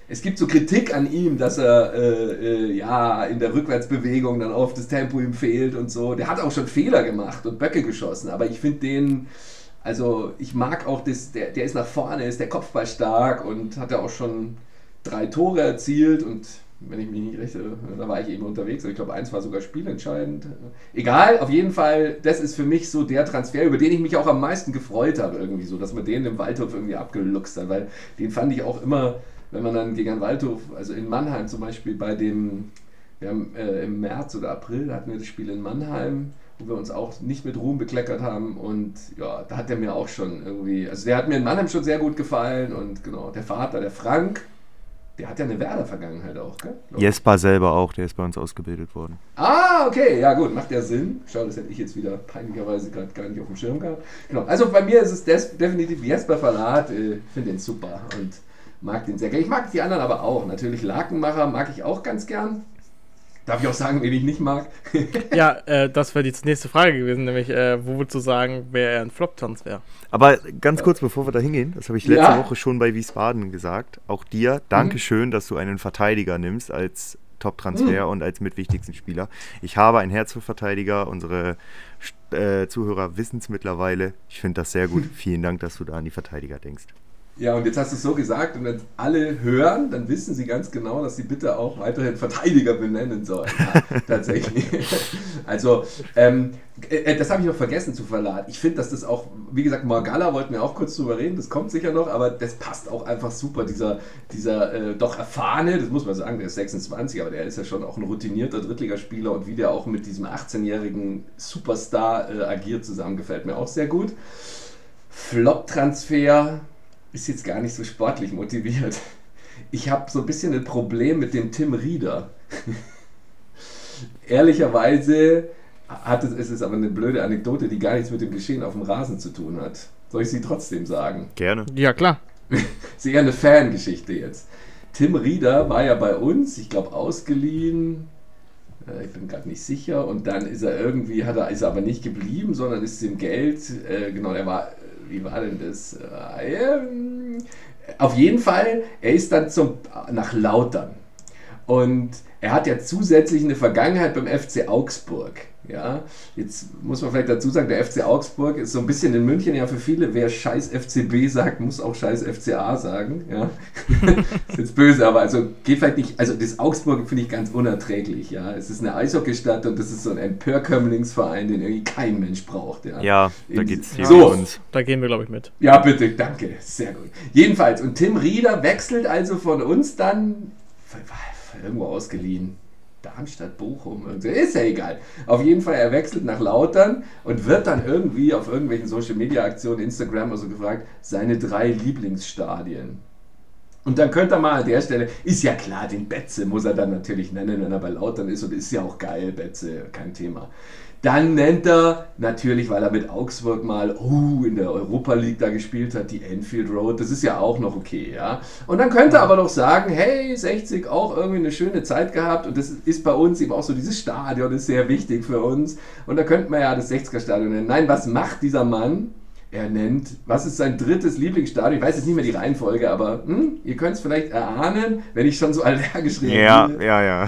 es gibt so Kritik an ihm, dass er in der Rückwärtsbewegung dann oft das Tempo ihm fehlt und so. Der hat auch schon Fehler gemacht und Böcke geschossen, aber ich finde den, also ich mag auch der ist nach vorne, ist der Kopfball stark und hat ja auch schon 3 Tore erzielt und wenn ich mich nicht recht, da war ich eben unterwegs, aber ich glaube, 1 war sogar spielentscheidend. Egal, auf jeden Fall, das ist für mich so der Transfer, über den ich mich auch am meisten gefreut habe, irgendwie so, dass man den im Waldhof irgendwie abgeluchst hat, weil den fand ich auch immer, wenn man dann gegen einen Waldhof, also in Mannheim zum Beispiel, wir haben im März oder April hatten wir das Spiel in Mannheim, wo wir uns auch nicht mit Ruhm bekleckert haben und ja, da hat der mir auch schon irgendwie, also der hat mir in Mannheim schon sehr gut gefallen und genau, der Vater, der Frank, der hat ja eine Werder-Vergangenheit auch, gell? Jesper selber auch, der ist bei uns ausgebildet worden. Ah, okay, ja gut, macht ja Sinn. Schau, das hätte ich jetzt wieder peinlicherweise gerade gar nicht auf dem Schirm gehabt. Genau, also bei mir ist es definitiv Jesper Verlat, finde den super und mag den sehr gerne. Ich mag die anderen aber auch. Natürlich Lakenmacher mag ich auch ganz gern. Darf ich auch sagen, wen ich nicht mag? Ja, das wäre die nächste Frage gewesen, nämlich, wo würdest du sagen, wäre er ein Flop-Transfer? Aber ganz kurz, bevor wir da hingehen, das habe ich letzte Woche schon bei Wiesbaden gesagt, auch dir, Dankeschön, dass du einen Verteidiger nimmst als Top-Transfer und als mitwichtigsten Spieler. Ich habe ein Herz für Verteidiger, unsere Zuhörer wissen es mittlerweile. Ich finde das sehr gut. Vielen Dank, dass du da an die Verteidiger denkst. Ja, und jetzt hast du es so gesagt und wenn alle hören, dann wissen sie ganz genau, dass sie bitte auch weiterhin Verteidiger benennen sollen. Ja, tatsächlich. Also, das habe ich noch vergessen zu verladen. Ich finde, dass das auch, wie gesagt, Morgalla wollten wir auch kurz drüber reden, das kommt sicher noch, aber das passt auch einfach super. Dieser doch erfahrene, das muss man sagen, der ist 26, aber der ist ja schon auch ein routinierter Drittligaspieler und wie der auch mit diesem 18-jährigen Superstar agiert zusammen, gefällt mir auch sehr gut. Flop-Transfer ist jetzt gar nicht so sportlich motiviert. Ich habe so ein bisschen ein Problem mit dem Tim Rieder. Ehrlicherweise ist es aber eine blöde Anekdote, die gar nichts mit dem Geschehen auf dem Rasen zu tun hat. Soll ich sie trotzdem sagen? Gerne. Ja, klar. Ist eher eine Fangeschichte jetzt. Tim Rieder war ja bei uns, ich glaube ausgeliehen, ich bin gerade nicht sicher, und dann ist er irgendwie, ist er aber nicht geblieben, sondern ist dem Geld, genau, wie war denn das? Auf jeden Fall, er ist dann nach Lautern. Und er hat ja zusätzlich eine Vergangenheit beim FC Augsburg. Ja, jetzt muss man vielleicht dazu sagen, der FC Augsburg ist so ein bisschen in München ja für viele, wer scheiß FCB sagt, muss auch scheiß FCA sagen. Ja. Ist jetzt böse, aber also geht vielleicht nicht, also das Augsburg finde ich ganz unerträglich. Ja. Es ist eine Eishockeystadt und das ist so ein Empörkömmlingsverein, den irgendwie kein Mensch braucht. Ja, da geht's hier so, uns. Da gehen wir, glaube ich, mit. Ja, bitte, danke, sehr gut. Jedenfalls, und Tim Rieder wechselt also von uns dann, irgendwo ausgeliehen, Darmstadt, Bochum, ist ja egal. Auf jeden Fall, er wechselt nach Lautern und wird dann irgendwie auf irgendwelchen Social-Media-Aktionen, Instagram oder so gefragt, seine 3 Lieblingsstadien. Und dann könnte er mal an der Stelle, ist ja klar, den Betze muss er dann natürlich nennen, wenn er bei Lautern ist und ist ja auch geil, Betze, kein Thema. Dann nennt er natürlich, weil er mit Augsburg mal in der Europa League da gespielt hat, die Enfield Road, das ist ja auch noch okay, ja. Und dann könnte er aber noch sagen, hey, 60 auch irgendwie eine schöne Zeit gehabt und das ist bei uns eben auch so, dieses Stadion ist sehr wichtig für uns und da könnte man ja das 60er-Stadion nennen. Nein, was macht dieser Mann? Er nennt, was ist sein 3. Lieblingsstadion? Ich weiß jetzt nicht mehr die Reihenfolge, aber ihr könnt es vielleicht erahnen, wenn ich schon so allergisch reagiere. Ja.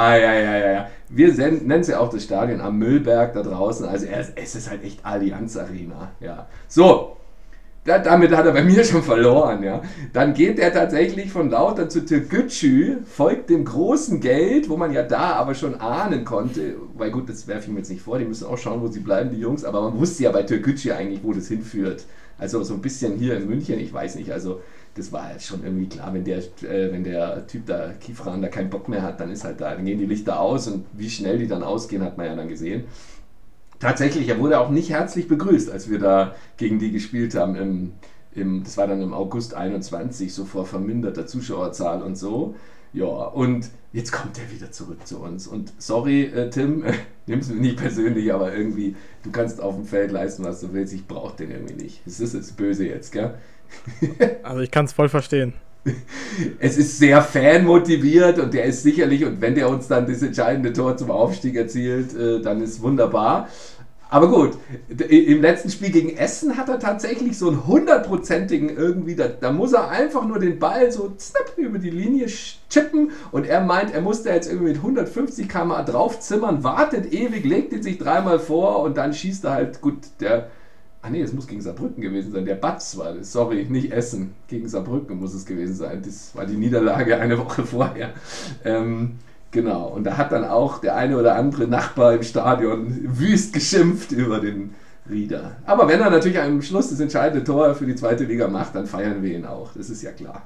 Wir nennen es ja auch das Stadion am Müllberg da draußen. Also es ist halt echt Allianz Arena. Ja. So, damit hat er bei mir schon verloren. Ja. Dann geht er tatsächlich von Lautern zu Türkgücü, folgt dem großen Geld, wo man ja da aber schon ahnen konnte, weil gut, das werfe ich mir jetzt nicht vor, die müssen auch schauen, wo sie bleiben, die Jungs, aber man wusste ja bei Türkgücü eigentlich, wo das hinführt. Also so ein bisschen hier in München, ich weiß nicht, also das war halt schon irgendwie klar, wenn der Typ da, Kifran, da keinen Bock mehr hat, dann ist halt da, dann gehen die Lichter aus und wie schnell die dann ausgehen, hat man ja dann gesehen. Tatsächlich, er wurde auch nicht herzlich begrüßt, als wir da gegen die gespielt haben, das war dann im August 21, so vor verminderter Zuschauerzahl und so. Ja, und jetzt kommt er wieder zurück zu uns. Und sorry, Tim, nimm's mir nicht persönlich, aber irgendwie, du kannst auf dem Feld leisten, was du willst, ich brauche den irgendwie nicht. Es ist jetzt böse jetzt, gell? Also ich kann es voll verstehen. Es ist sehr fanmotiviert und der ist sicherlich, und wenn der uns dann das entscheidende Tor zum Aufstieg erzielt, dann ist wunderbar. Aber gut, im letzten Spiel gegen Essen hat er tatsächlich so einen 100%igen irgendwie, da muss er einfach nur den Ball so snapp über die Linie chippen und er meint, er muss da jetzt irgendwie mit 150 km/h draufzimmern, wartet ewig, legt ihn sich dreimal vor und dann schießt er halt, gut, es muss gegen Saarbrücken gewesen sein, der Batz war das, sorry, nicht Essen, gegen Saarbrücken muss es gewesen sein, das war die Niederlage eine Woche vorher. Genau, und da hat dann auch der eine oder andere Nachbar im Stadion wüst geschimpft über den Rieder. Aber wenn er natürlich am Schluss das entscheidende Tor für die zweite Liga macht, dann feiern wir ihn auch, das ist ja klar.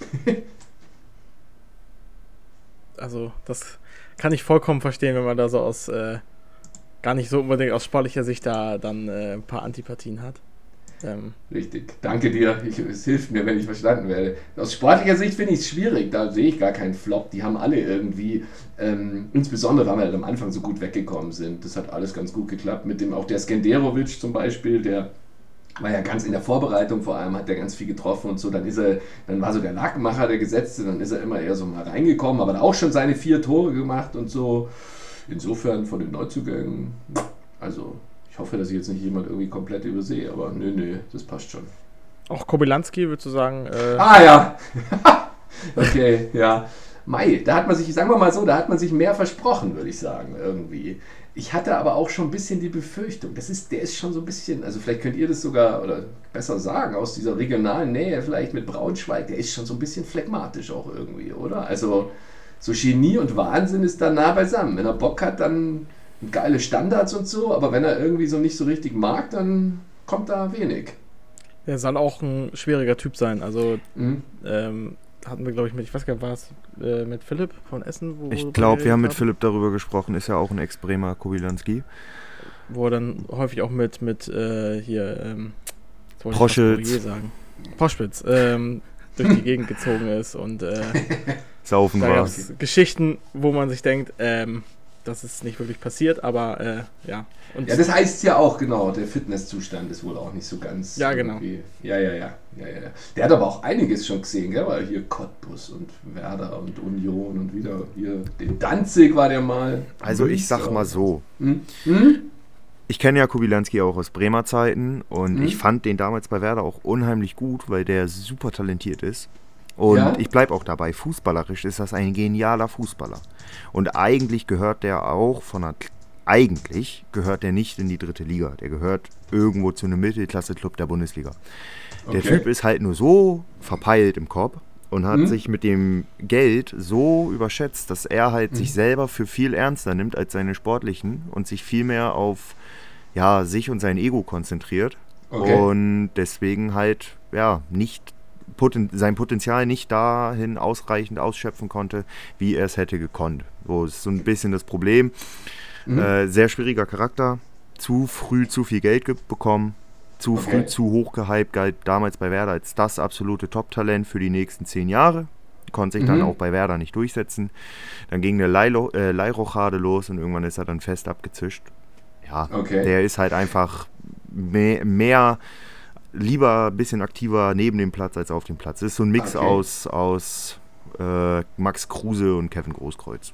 Also das kann ich vollkommen verstehen, wenn man da so aus, gar nicht so unbedingt aus sportlicher Sicht da dann ein paar Antipathien hat. Richtig, danke dir. Es hilft mir, wenn ich verstanden werde. Aus sportlicher Sicht finde ich es schwierig, da sehe ich gar keinen Flop. Die haben alle irgendwie, insbesondere weil wir halt am Anfang so gut weggekommen sind. Das hat alles ganz gut geklappt. Mit dem auch der Skenderovic zum Beispiel, der war ja ganz in der Vorbereitung vor allem, hat der ganz viel getroffen und so. Dann war so der Lackmacher, der Gesetzte, dann ist er immer eher so mal reingekommen, aber auch schon seine 4 Tore gemacht und so. Insofern von den Neuzugängen, also ich hoffe, dass ich jetzt nicht jemand irgendwie komplett übersehe, aber nö, das passt schon. Auch Kobylanski, würdest du sagen? Ja. Okay, ja. Mai, da hat man sich, sagen wir mal so, da hat man sich mehr versprochen, würde ich sagen, irgendwie. Ich hatte aber auch schon ein bisschen die Befürchtung, der ist schon so ein bisschen, also vielleicht könnt ihr das sogar oder besser sagen, aus dieser regionalen Nähe vielleicht mit Braunschweig, der ist schon so ein bisschen phlegmatisch auch irgendwie, oder? Also so Genie und Wahnsinn ist da nah beisammen. Wenn er Bock hat, dann geile Standards und so, aber wenn er irgendwie so nicht so richtig mag, dann kommt da wenig. Er soll auch ein schwieriger Typ sein, also hatten wir, glaube ich, ich weiß gar nicht, war es mit Philipp von Essen? Ich glaube, wir haben mit Philipp darüber gesprochen, ist ja auch ein Ex-Bremer Kobylanski. Wo er dann häufig auch mit Poschwitz durch die Gegend gezogen ist und saufen war. Geschichten, wo man sich denkt, das ist nicht wirklich passiert, aber ja. Und ja, das heißt ja auch, genau, der Fitnesszustand ist wohl auch nicht so ganz... Ja, genau. Ja. Der hat aber auch einiges schon gesehen, gell? Weil hier Cottbus und Werder und Union und wieder hier den Danzig war der mal. Also ich sag mal so, ich kenne ja Kobylanski auch aus Bremer Zeiten und ich fand den damals bei Werder auch unheimlich gut, weil der super talentiert ist. Und ich bleibe auch dabei, fußballerisch ist das ein genialer Fußballer. Und eigentlich gehört der auch gehört der nicht in die 3. Liga. Der gehört irgendwo zu einem Mittelklasse-Club der Bundesliga. Der Typ ist halt nur so verpeilt im Kopf und hat sich mit dem Geld so überschätzt, dass er halt sich selber für viel ernster nimmt als seine Sportlichen und sich viel mehr auf sich und sein Ego konzentriert. Und deswegen halt nicht sein Potenzial nicht dahin ausreichend ausschöpfen konnte, wie er es hätte gekonnt. So ist so ein bisschen das Problem. Sehr schwieriger Charakter, zu früh zu viel Geld bekommen, zu früh zu hoch gehypt, galt damals bei Werder als das absolute Top-Talent für die nächsten 10 Jahre. Konnte sich dann auch bei Werder nicht durchsetzen. Dann ging eine Leihrochade los und irgendwann ist er dann fest abgezischt. Der ist halt einfach mehr lieber ein bisschen aktiver neben dem Platz als auf dem Platz. Das ist so ein Mix aus Max Kruse und Kevin Großkreuz.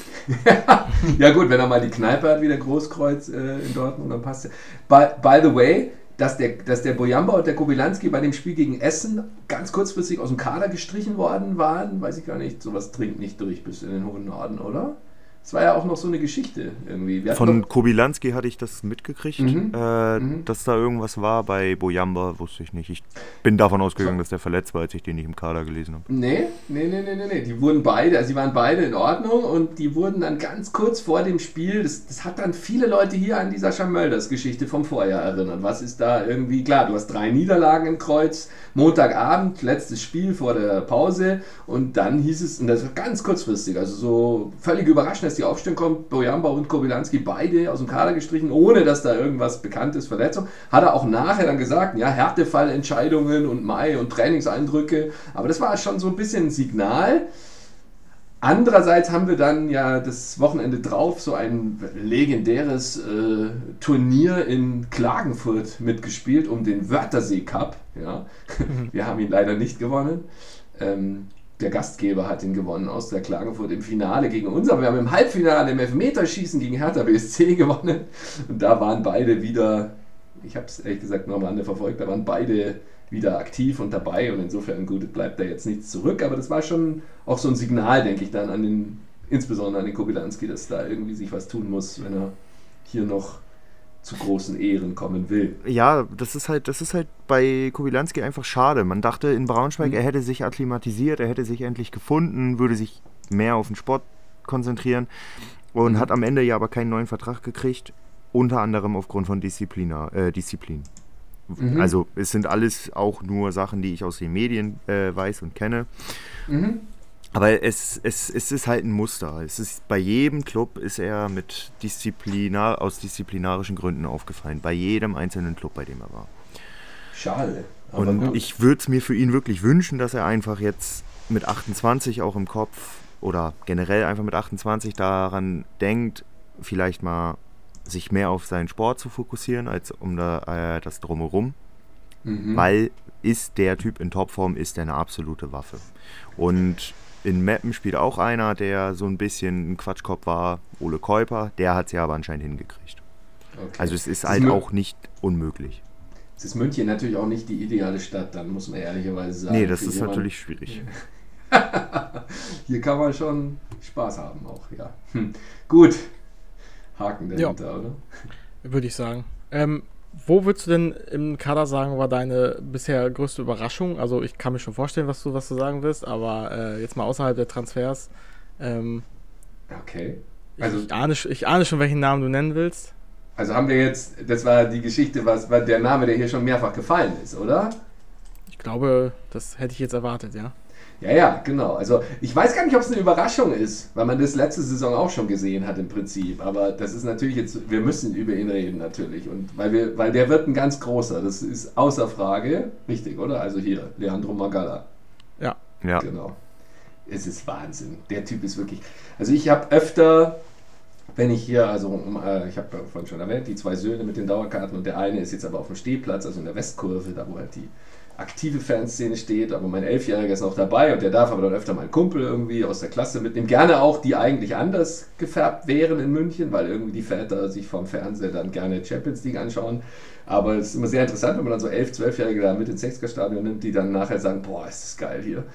Ja gut, wenn er mal die Kneipe hat wie der Großkreuz in Dortmund, dann passt er. By the way, dass der Bojamba und der Kobylanski bei dem Spiel gegen Essen ganz kurzfristig aus dem Kader gestrichen worden waren, weiß ich gar nicht. Sowas dringt nicht durch bis in den hohen Norden, oder? Das war ja auch noch so eine Geschichte irgendwie. Von Kobylanski hatte ich das mitgekriegt, dass da irgendwas war. Bei Bojamba wusste ich nicht. Ich bin davon ausgegangen, dass der verletzt war, als ich den nicht im Kader gelesen habe. Nee. Die wurden beide, sie waren beide in Ordnung und die wurden dann ganz kurz vor dem Spiel, das hat dann viele Leute hier an die Sascha Mölders Geschichte vom Vorjahr erinnert. Was ist da irgendwie, klar, du hast 3 Niederlagen im Kreuz, Montagabend, letztes Spiel vor der Pause und dann hieß es, und das war ganz kurzfristig, also so völlig überraschend, dass die Aufstellung kommt, Bojamba und Kobylanski beide aus dem Kader gestrichen, ohne dass da irgendwas bekannt ist, Verletzung. Hat er auch nachher dann gesagt, ja, Härtefallentscheidungen und Mai und Trainingseindrücke, aber das war schon so ein bisschen ein Signal. Andererseits haben wir dann ja das Wochenende drauf so ein legendäres Turnier in Klagenfurt mitgespielt um den Wörthersee Cup. Ja. Wir haben ihn leider nicht gewonnen. der Gastgeber hat ihn gewonnen, Austria Klagenfurt im Finale gegen uns, aber wir haben im Halbfinale im Elfmeterschießen gegen Hertha BSC gewonnen und da waren beide wieder, ich habe es ehrlich gesagt nur am Rande verfolgt, da waren beide wieder aktiv und dabei und insofern gut, bleibt da jetzt nichts zurück, aber das war schon auch so ein Signal, denke ich, dann insbesondere an den Kobylanski, dass da irgendwie sich was tun muss, wenn er hier noch zu großen Ehren kommen will. Ja, das ist halt bei Kobylanski einfach schade. Man dachte in Braunschweig, er hätte sich akklimatisiert, er hätte sich endlich gefunden, würde sich mehr auf den Sport konzentrieren und hat am Ende ja aber keinen neuen Vertrag gekriegt, unter anderem aufgrund von Disziplin. Also es sind alles auch nur Sachen, die ich aus den Medien weiß und kenne. Aber es ist halt ein Muster. Es ist, bei jedem Club ist er aus disziplinarischen Gründen aufgefallen. Bei jedem einzelnen Club, bei dem er war. Schade. Und ich würde es mir für ihn wirklich wünschen, dass er einfach jetzt mit 28 auch im Kopf oder generell einfach mit 28 daran denkt, vielleicht mal sich mehr auf seinen Sport zu fokussieren, als um das Drumherum. Weil ist der Typ in Topform, ist er eine absolute Waffe. Und in Meppen spielt auch einer, der so ein bisschen ein Quatschkopf war, Ole Kuiper, der hat es ja aber anscheinend hingekriegt. Okay. Also es ist halt auch nicht unmöglich. Es ist München natürlich auch nicht die ideale Stadt, dann muss man ehrlicherweise sagen. Nee, das ist natürlich schwierig. Hier kann man schon Spaß haben auch, ja. Gut, Haken dahinter, oder? Würde ich sagen. Wo würdest du denn im Kader sagen, war deine bisher größte Überraschung? Also ich kann mir schon vorstellen, was du sagen wirst, aber jetzt mal außerhalb der Transfers. Okay. Also ich ahne schon, welchen Namen du nennen willst. Also haben wir jetzt, das war die Geschichte, was war der Name, der hier schon mehrfach gefallen ist, oder? Ich glaube, das hätte ich jetzt erwartet, ja. Ja, genau. Also ich weiß gar nicht, ob es eine Überraschung ist, weil man das letzte Saison auch schon gesehen hat im Prinzip. Aber das ist natürlich jetzt, wir müssen über ihn reden natürlich. Und weil der wird ein ganz großer, das ist außer Frage. Richtig, oder? Also hier, Leandro Magalla. Ja. Genau. Es ist Wahnsinn. Der Typ ist wirklich. Also ich habe öfter, wenn ich hier, ich habe vorhin schon erwähnt, die 2 Söhne mit den Dauerkarten und der eine ist jetzt aber auf dem Stehplatz, also in der Westkurve, da wo halt die aktive Fanszene steht, aber mein 11-Jähriger ist noch dabei und der darf aber dann öfter mal einen Kumpel irgendwie aus der Klasse mitnehmen. Gerne auch, die eigentlich anders gefärbt wären in München, weil irgendwie die Väter sich vom Fernseher dann gerne Champions League anschauen. Aber es ist immer sehr interessant, wenn man dann so 11-, 12-Jährige da mit ins Sechsker-Stadion nimmt, die dann nachher sagen, boah, ist das geil hier.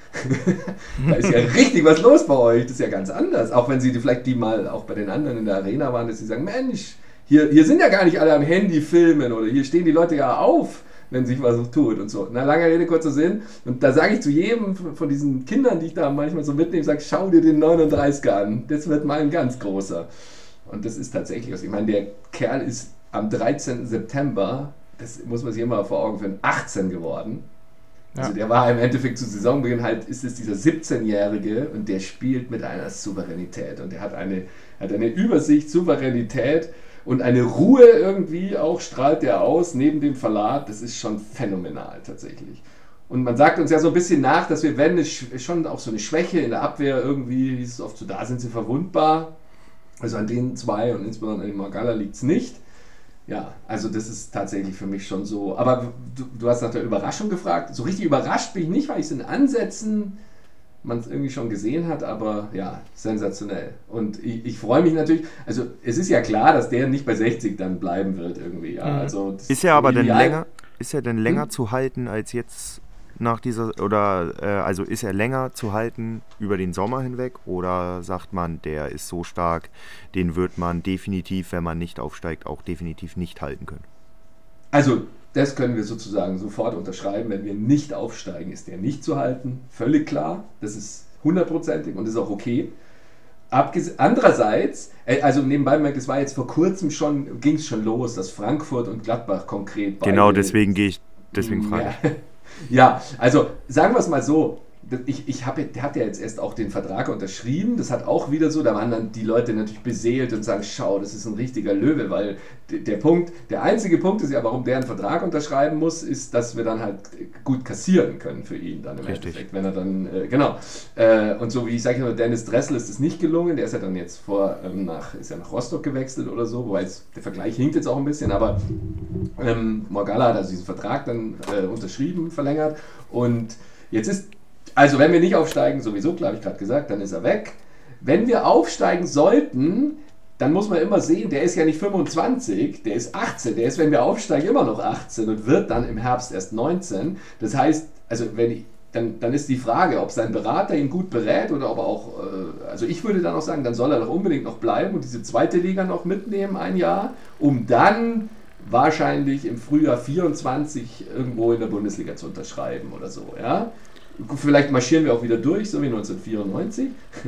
Da ist ja richtig was los bei euch, das ist ja ganz anders. Auch wenn sie vielleicht die mal auch bei den anderen in der Arena waren, dass sie sagen, Mensch, hier sind ja gar nicht alle am Handy filmen oder hier stehen die Leute ja auf, wenn sich was so tut und so. Na, langer Rede, kurzer Sinn. Und da sage ich zu jedem von diesen Kindern, die ich da manchmal so mitnehme, sage, schau dir den 39er an. Das wird mal ein ganz großer. Und das ist tatsächlich was. Ich meine, der Kerl ist am 13. September, das muss man sich immer vor Augen führen, 18 geworden. Ja. Also der war im Endeffekt zu Saisonbeginn halt, ist es dieser 17-Jährige und der spielt mit einer Souveränität. Und der hat eine Übersicht, Souveränität, und eine Ruhe irgendwie auch strahlt der aus, neben dem Verlat, das ist schon phänomenal tatsächlich. Und man sagt uns ja so ein bisschen nach, dass wir, wenn es schon auch so eine Schwäche in der Abwehr irgendwie, hieß es oft so, da sind sie verwundbar. Also an den 2 und insbesondere an dem Magalla liegt es nicht. Ja, also das ist tatsächlich für mich schon so. Aber du hast nach der Überraschung gefragt. So richtig überrascht bin ich nicht, weil ich es in Ansätzen man es irgendwie schon gesehen hat, aber ja, sensationell. Und ich freue mich natürlich, also es ist ja klar, dass der nicht bei 60 dann bleiben wird irgendwie. Ja. Also ist er aber denn länger zu halten als jetzt nach dieser, oder also ist er länger zu halten über den Sommer hinweg, oder sagt man, der ist so stark, den wird man definitiv, wenn man nicht aufsteigt, auch definitiv nicht halten können? Also das können wir sozusagen sofort unterschreiben. Wenn wir nicht aufsteigen, ist der nicht zu halten. Völlig klar. Das ist 100%ig und ist auch okay. Andererseits, also nebenbei bemerkt, es war jetzt vor kurzem schon, ging es schon los, dass Frankfurt und Gladbach konkret genau, deswegen frage ich. Ja, also sagen wir es mal so, der hat ja jetzt erst auch den Vertrag unterschrieben, das hat auch wieder so, da waren dann die Leute natürlich beseelt und sagen, schau, das ist ein richtiger Löwe, weil der einzige Punkt ist ja, warum der einen Vertrag unterschreiben muss, ist, dass wir dann halt gut kassieren können für ihn dann im Endeffekt, wenn er dann, genau. Und so wie ich sage, Dennis Dressel ist es nicht gelungen, der ist ja dann jetzt ist ja nach Rostock gewechselt oder so, wobei der Vergleich hinkt jetzt auch ein bisschen, aber Magalla hat also diesen Vertrag dann unterschrieben, verlängert, und jetzt ist Also wenn wir nicht aufsteigen, sowieso, klar, habe ich gerade gesagt, dann ist er weg. Wenn wir aufsteigen sollten, dann muss man immer sehen, der ist ja nicht 25, der ist 18, der ist, wenn wir aufsteigen, immer noch 18 und wird dann im Herbst erst 19. Das heißt, also dann ist die Frage, ob sein Berater ihn gut berät oder ob er auch, also ich würde dann auch sagen, dann soll er doch unbedingt noch bleiben und diese zweite Liga noch mitnehmen, ein Jahr, um dann wahrscheinlich im Frühjahr 24 irgendwo in der Bundesliga zu unterschreiben oder so, ja. Vielleicht marschieren wir auch wieder durch, so wie 1994.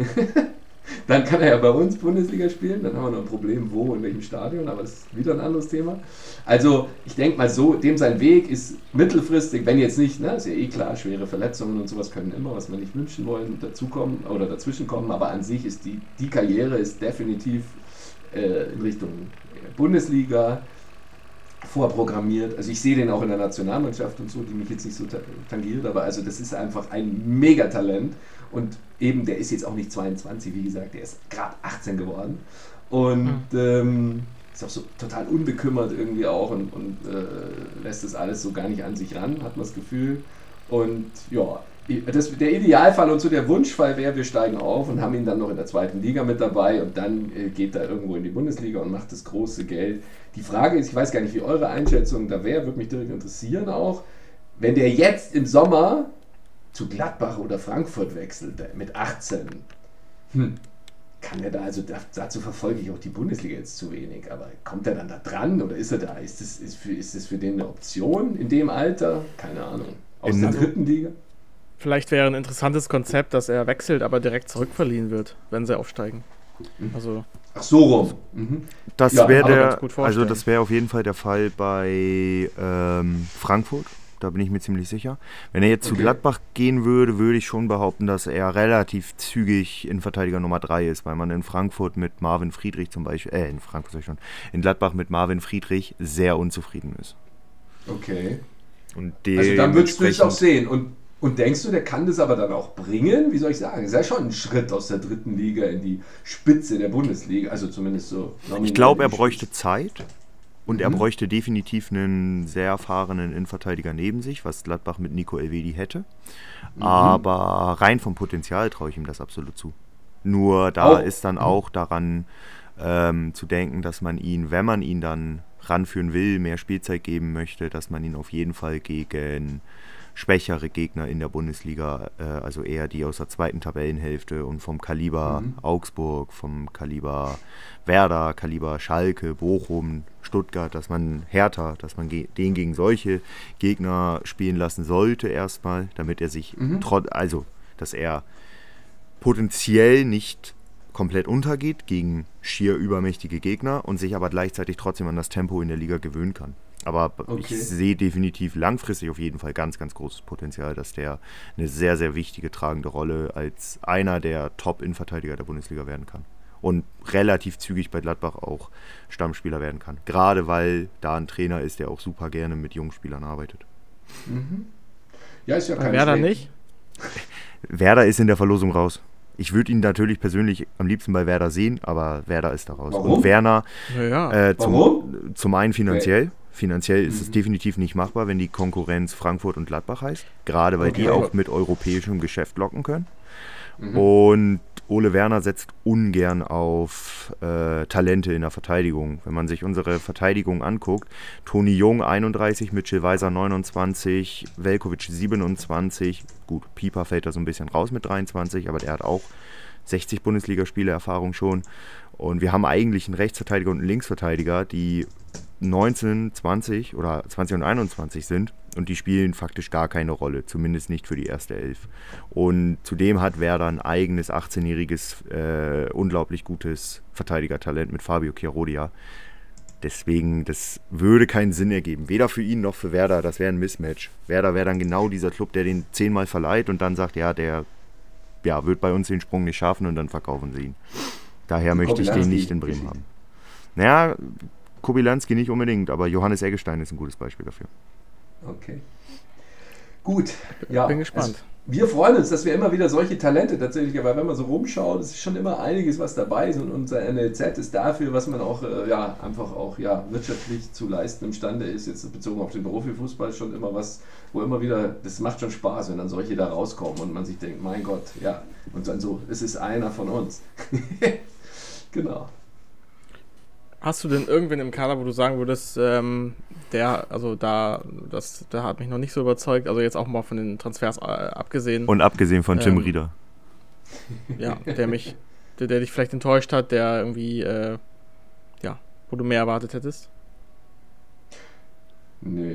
Dann kann er ja bei uns Bundesliga spielen, dann haben wir noch ein Problem, wo, in welchem Stadion, aber das ist wieder ein anderes Thema. Also ich denke mal so, dem sein Weg ist mittelfristig, wenn jetzt nicht, ne, ist ja eh klar, schwere Verletzungen und sowas können immer, was wir nicht wünschen wollen, dazukommen oder dazwischenkommen, aber an sich ist die Karriere ist definitiv in Richtung Bundesliga vorprogrammiert. Also ich sehe den auch in der Nationalmannschaft und so, die mich jetzt nicht so tangiert, aber also das ist einfach ein Megatalent und eben, der ist jetzt auch nicht 22, wie gesagt, der ist gerade 18 geworden und ist auch so total unbekümmert irgendwie auch und lässt das alles so gar nicht an sich ran, hat man das Gefühl. Und ja, der Idealfall und so der Wunschfall wäre, wir steigen auf und haben ihn dann noch in der zweiten Liga mit dabei und dann geht er irgendwo in die Bundesliga und macht das große Geld. Die Frage ist, ich weiß gar nicht, wie eure Einschätzung da wäre, würde mich direkt interessieren auch, wenn der jetzt im Sommer zu Gladbach oder Frankfurt wechselt mit 18, kann er da, also dazu verfolge ich auch die Bundesliga jetzt zu wenig, aber kommt er dann da dran oder ist er da? Ist das für den eine Option in dem Alter? Keine Ahnung. Aus der dritten Liga? Vielleicht wäre ein interessantes Konzept, dass er wechselt, aber direkt zurückverliehen wird, wenn sie aufsteigen. Also ach so rum. Das wäre das wäre auf jeden Fall der Fall bei Frankfurt. Da bin ich mir ziemlich sicher. Wenn er jetzt zu Gladbach gehen würde, würde ich schon behaupten, dass er relativ zügig Innenverteidiger Nummer 3 ist, weil man in Frankfurt mit Marvin Friedrich zum Beispiel, in Gladbach mit Marvin Friedrich sehr unzufrieden ist. Okay. Und also dann würdest du es auch sehen. Und denkst du, der kann das aber dann auch bringen? Wie soll ich sagen? Ist ja schon ein Schritt aus der dritten Liga in die Spitze der Bundesliga, also zumindest so. Ich glaube, er bräuchte Zeit. Und er bräuchte definitiv einen sehr erfahrenen Innenverteidiger neben sich, was Gladbach mit Nico Elvedi hätte. Aber rein vom Potenzial traue ich ihm das absolut zu. Nur da ist dann auch daran zu denken, dass man ihn, wenn man ihn dann ranführen will, mehr Spielzeit geben möchte, dass man ihn auf jeden Fall gegen schwächere Gegner in der Bundesliga, also eher die aus der zweiten Tabellenhälfte und vom Kaliber Augsburg, vom Kaliber Werder, Kaliber Schalke, Bochum, Stuttgart, dass man den gegen solche Gegner spielen lassen sollte erstmal, damit er sich dass er potenziell nicht komplett untergeht gegen schier übermächtige Gegner und sich aber gleichzeitig trotzdem an das Tempo in der Liga gewöhnen kann. Aber ich sehe definitiv langfristig auf jeden Fall ganz, ganz großes Potenzial, dass der eine sehr, sehr wichtige, tragende Rolle als einer der Top-Innenverteidiger der Bundesliga werden kann. Und relativ zügig bei Gladbach auch Stammspieler werden kann. Gerade weil da ein Trainer ist, der auch super gerne mit jungen Spielern arbeitet. Ja, ist ja kein Werder nicht? Werder ist in der Verlosung raus. Ich würde ihn natürlich persönlich am liebsten bei Werder sehen, aber Werder ist da raus. Warum? Und Werner, Warum? Zum einen finanziell. Okay. Finanziell ist es definitiv nicht machbar, wenn die Konkurrenz Frankfurt und Gladbach heißt. Gerade weil die auch mit europäischem Geschäft locken können. Und Ole Werner setzt ungern auf Talente in der Verteidigung. Wenn man sich unsere Verteidigung anguckt, Toni Jung 31, Mitchell Weiser 29, Veljkovic 27, gut, Pieper fällt da so ein bisschen raus mit 23, aber der hat auch 60 Bundesligaspiele Erfahrung schon. Und wir haben eigentlich einen Rechtsverteidiger und einen Linksverteidiger, die 19, 20 oder 20 und 21 sind und die spielen faktisch gar keine Rolle, zumindest nicht für die erste Elf. Und zudem hat Werder ein eigenes 18-jähriges, unglaublich gutes Verteidigertalent mit Fabio Chiarodia. Deswegen, das würde keinen Sinn ergeben, weder für ihn noch für Werder, das wäre ein Mismatch. Werder wäre dann genau dieser Club, der den 10-mal verleiht und dann sagt, ja, der wird bei uns den Sprung nicht schaffen und dann verkaufen sie ihn. Daher möchte ich den nicht in Bremen haben. Naja, Kobylanski nicht unbedingt, aber Johannes Eggestein ist ein gutes Beispiel dafür. Okay. Gut, ja. Bin gespannt. Wir freuen uns, dass wir immer wieder solche Talente tatsächlich, aber wenn man so rumschaut, ist schon immer einiges, was dabei ist und unser NLZ ist dafür, was man auch einfach auch wirtschaftlich zu leisten imstande ist, jetzt bezogen auf den Profifußball schon immer was, wo immer wieder, das macht schon Spaß, wenn dann solche da rauskommen und man sich denkt, mein Gott, ja, und dann so, es ist einer von uns. Genau. Hast du denn irgendwen im Kader, wo du sagen würdest, der hat mich noch nicht so überzeugt, also jetzt auch mal von den Transfers abgesehen. Und abgesehen von Tim Rieder. Ja, der dich vielleicht enttäuscht hat, der irgendwie, wo du mehr erwartet hättest? Nö.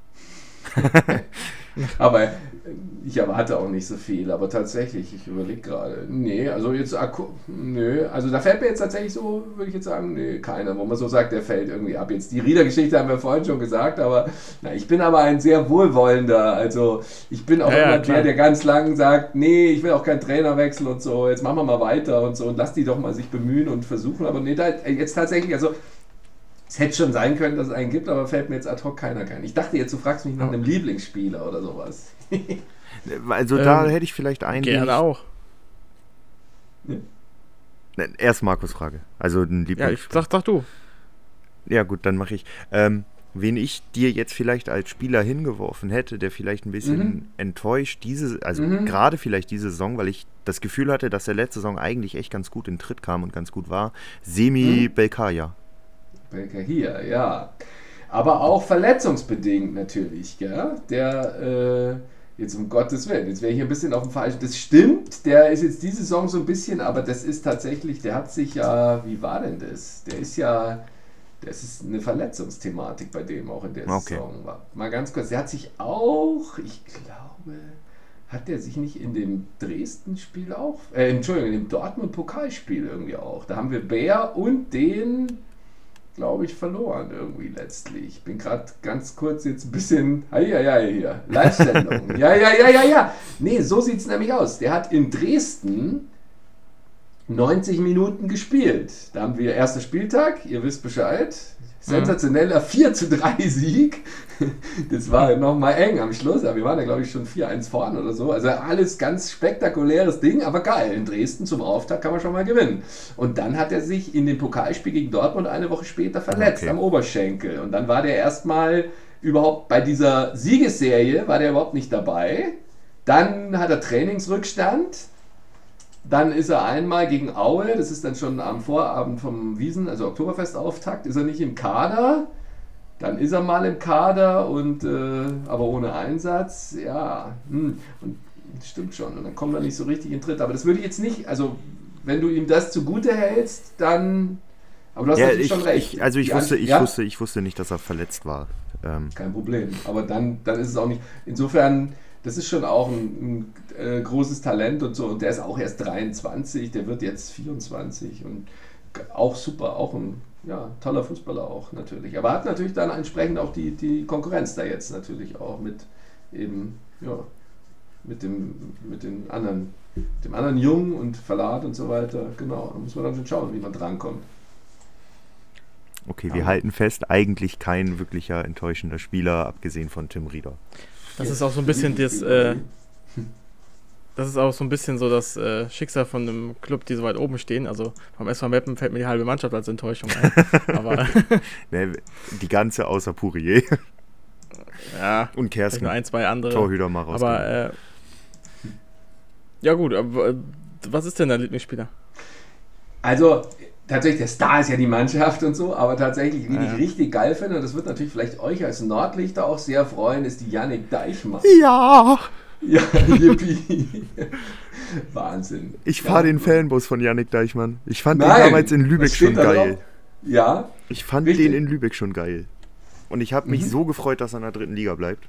Aber ich erwarte auch nicht so viel, aber tatsächlich, ich überlege gerade, also da fällt mir jetzt tatsächlich so, würde ich jetzt sagen, keiner, wo man so sagt, der fällt irgendwie ab. Jetzt die Rieder-Geschichte haben wir vorhin schon gesagt, aber ich bin aber ein sehr wohlwollender, also ich bin auch immer der ganz lang sagt, ich will auch keinen Trainerwechsel und so, jetzt machen wir mal weiter und so und lass die doch mal sich bemühen und versuchen, aber jetzt tatsächlich, also es hätte schon sein können, dass es einen gibt, aber fällt mir jetzt ad hoc keiner kein. Ich dachte jetzt, du fragst mich nach einem Lieblingsspieler oder sowas. Also da hätte ich vielleicht einen. Gerne auch. Ja. Erst Markus' Frage. Also ein Lieblingsspieler. Ja, sag du. Ja gut, dann mache ich. Wen ich dir jetzt vielleicht als Spieler hingeworfen hätte, der vielleicht ein bisschen enttäuscht, gerade vielleicht diese Saison, weil ich das Gefühl hatte, dass der letzte Saison eigentlich echt ganz gut in Tritt kam und ganz gut war, Semi Belkaya. Belkahia, ja. Aber auch verletzungsbedingt natürlich, gell? Der, jetzt um Gottes Willen, jetzt wäre ich ein bisschen auf dem Falschen. Das stimmt, der ist jetzt diese Saison so ein bisschen, aber das ist tatsächlich, der hat sich wie war denn das? Das ist eine Verletzungsthematik bei dem auch in der Saison. Mal ganz kurz, der hat sich auch, ich glaube, hat der sich nicht in dem Dresden-Spiel auch, in dem Dortmund-Pokalspiel irgendwie auch. Da haben wir Bär und den, glaube ich, verloren irgendwie letztlich. Ich bin gerade ganz kurz jetzt ein bisschen, hier, Live-Sendung. Ja. Nee, so sieht es nämlich aus. Der hat in Dresden 90 Minuten gespielt. Da haben wir erster Spieltag, ihr wisst Bescheid. Sensationeller 4:3 Sieg. Das war nochmal eng am Schluss, aber wir waren da glaube ich schon 4-1 vorn oder so. Also alles ganz spektakuläres Ding, aber geil. In Dresden zum Auftakt kann man schon mal gewinnen. Und dann hat er sich in dem Pokalspiel gegen Dortmund eine Woche später verletzt am Oberschenkel. Und dann war der erstmal überhaupt bei dieser Siegesserie, war der überhaupt nicht dabei. Dann hat er Trainingsrückstand. Dann ist er einmal gegen Aue, das ist dann schon am Vorabend vom Wiesn, also Oktoberfestauftakt, ist er nicht im Kader. Dann ist er mal im Kader, aber ohne Einsatz. Ja, und stimmt schon. Und dann kommt er nicht so richtig in Tritt. Aber das würde ich jetzt nicht, also wenn du ihm das zugute hältst, dann... Aber du hast natürlich schon recht. Ich wusste nicht, dass er verletzt war. Kein Problem. Aber dann ist es auch nicht... Insofern... Das ist schon auch ein großes Talent und so. Und der ist auch erst 23, der wird jetzt 24 und auch super, auch ein toller Fußballer auch natürlich. Aber hat natürlich dann entsprechend auch die Konkurrenz da jetzt natürlich auch mit eben, mit dem anderen Jungen und Verlat und so weiter. Genau, da muss man dann schon schauen, wie man drankommt. Okay, wir halten fest, eigentlich kein wirklicher enttäuschender Spieler, abgesehen von Tim Rieder. Das ist auch so ein bisschen das Schicksal von einem Club, die so weit oben stehen. Also vom SV Meppen fällt mir die halbe Mannschaft als Enttäuschung ein. Aber die ganze außer Pourier. Ja. Und Kersken. Nur ein, zwei andere. Torhüter mal raus. Aber ja gut, aber was ist denn dein Lieblingsspieler? Also tatsächlich, der Star ist ja die Mannschaft und so, aber tatsächlich, wen ich richtig geil finde, und das wird natürlich vielleicht euch als Nordlichter auch sehr freuen, ist die Yannick Deichmann. Ja! Ja, yippie. Wahnsinn. Ich fahre den Fanbus von Yannick Deichmann. Ich fand den damals in Lübeck schon geil. Ja? Ich fand den in Lübeck schon geil. Und ich habe mich so gefreut, dass er in der 3. Liga bleibt.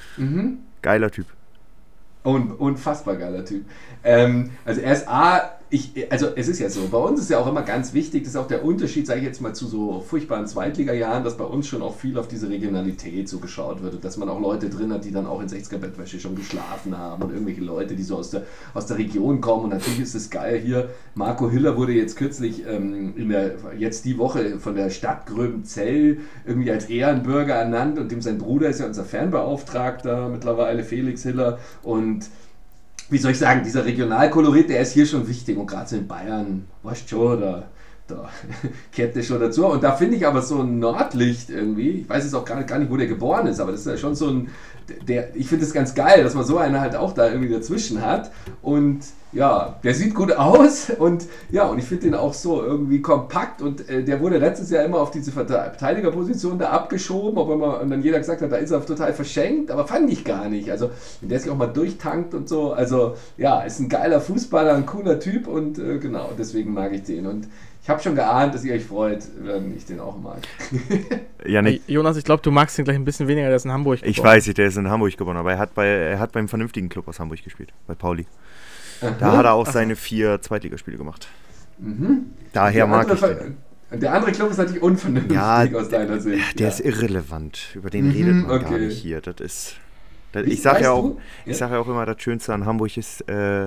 Geiler Typ. Unfassbar geiler Typ. Also er ist Also es ist ja so, bei uns ist ja auch immer ganz wichtig, das ist auch der Unterschied, sage ich jetzt mal, zu so furchtbaren Zweitliga-Jahren, dass bei uns schon auch viel auf diese Regionalität so geschaut wird und dass man auch Leute drin hat, die dann auch in 60er-Bettwäsche schon geschlafen haben und irgendwelche Leute, die so aus der Region kommen. Und natürlich ist es geil hier, Marco Hiller wurde jetzt kürzlich jetzt die Woche von der Stadt Gröbenzell irgendwie als Ehrenbürger ernannt und dem sein Bruder ist ja unser Fanbeauftragter mittlerweile, Felix Hiller, und wie soll ich sagen, dieser Regionalkolorit, der ist hier schon wichtig und gerade so in Bayern, weißt du schon, da kehrt der schon dazu. Und da finde ich aber so ein Nordlicht irgendwie, ich weiß jetzt auch gar nicht, wo der geboren ist, aber das ist ja schon so ein, ich finde es ganz geil, dass man so einen halt auch da irgendwie dazwischen hat und ja, der sieht gut aus und ja, und ich finde den auch so irgendwie kompakt und der wurde letztes Jahr immer auf diese Verteidigerposition da abgeschoben, und dann jeder gesagt hat, da ist er total verschenkt, aber fand ich gar nicht. Also, wenn der sich auch mal durchtankt und so, also ja, ist ein geiler Fußballer, ein cooler Typ und genau, deswegen mag ich den und ich habe schon geahnt, dass ihr euch freut, wenn ich den auch mag. Janik. Jonas, ich glaube, du magst ihn gleich ein bisschen weniger, der ist in Hamburg geboren. Ich weiß nicht, der ist in Hamburg geboren, aber er hat beim vernünftigen Club aus Hamburg gespielt, bei Pauli. Da hat er auch seine 4 Zweitligaspiele gemacht. Mhm. Daher mag ich den. Der andere Club ist natürlich unvernünftig aus deiner Sicht. Der ist irrelevant. Über den redet man gar nicht hier. Ich sage ja auch immer, das Schönste an Hamburg ist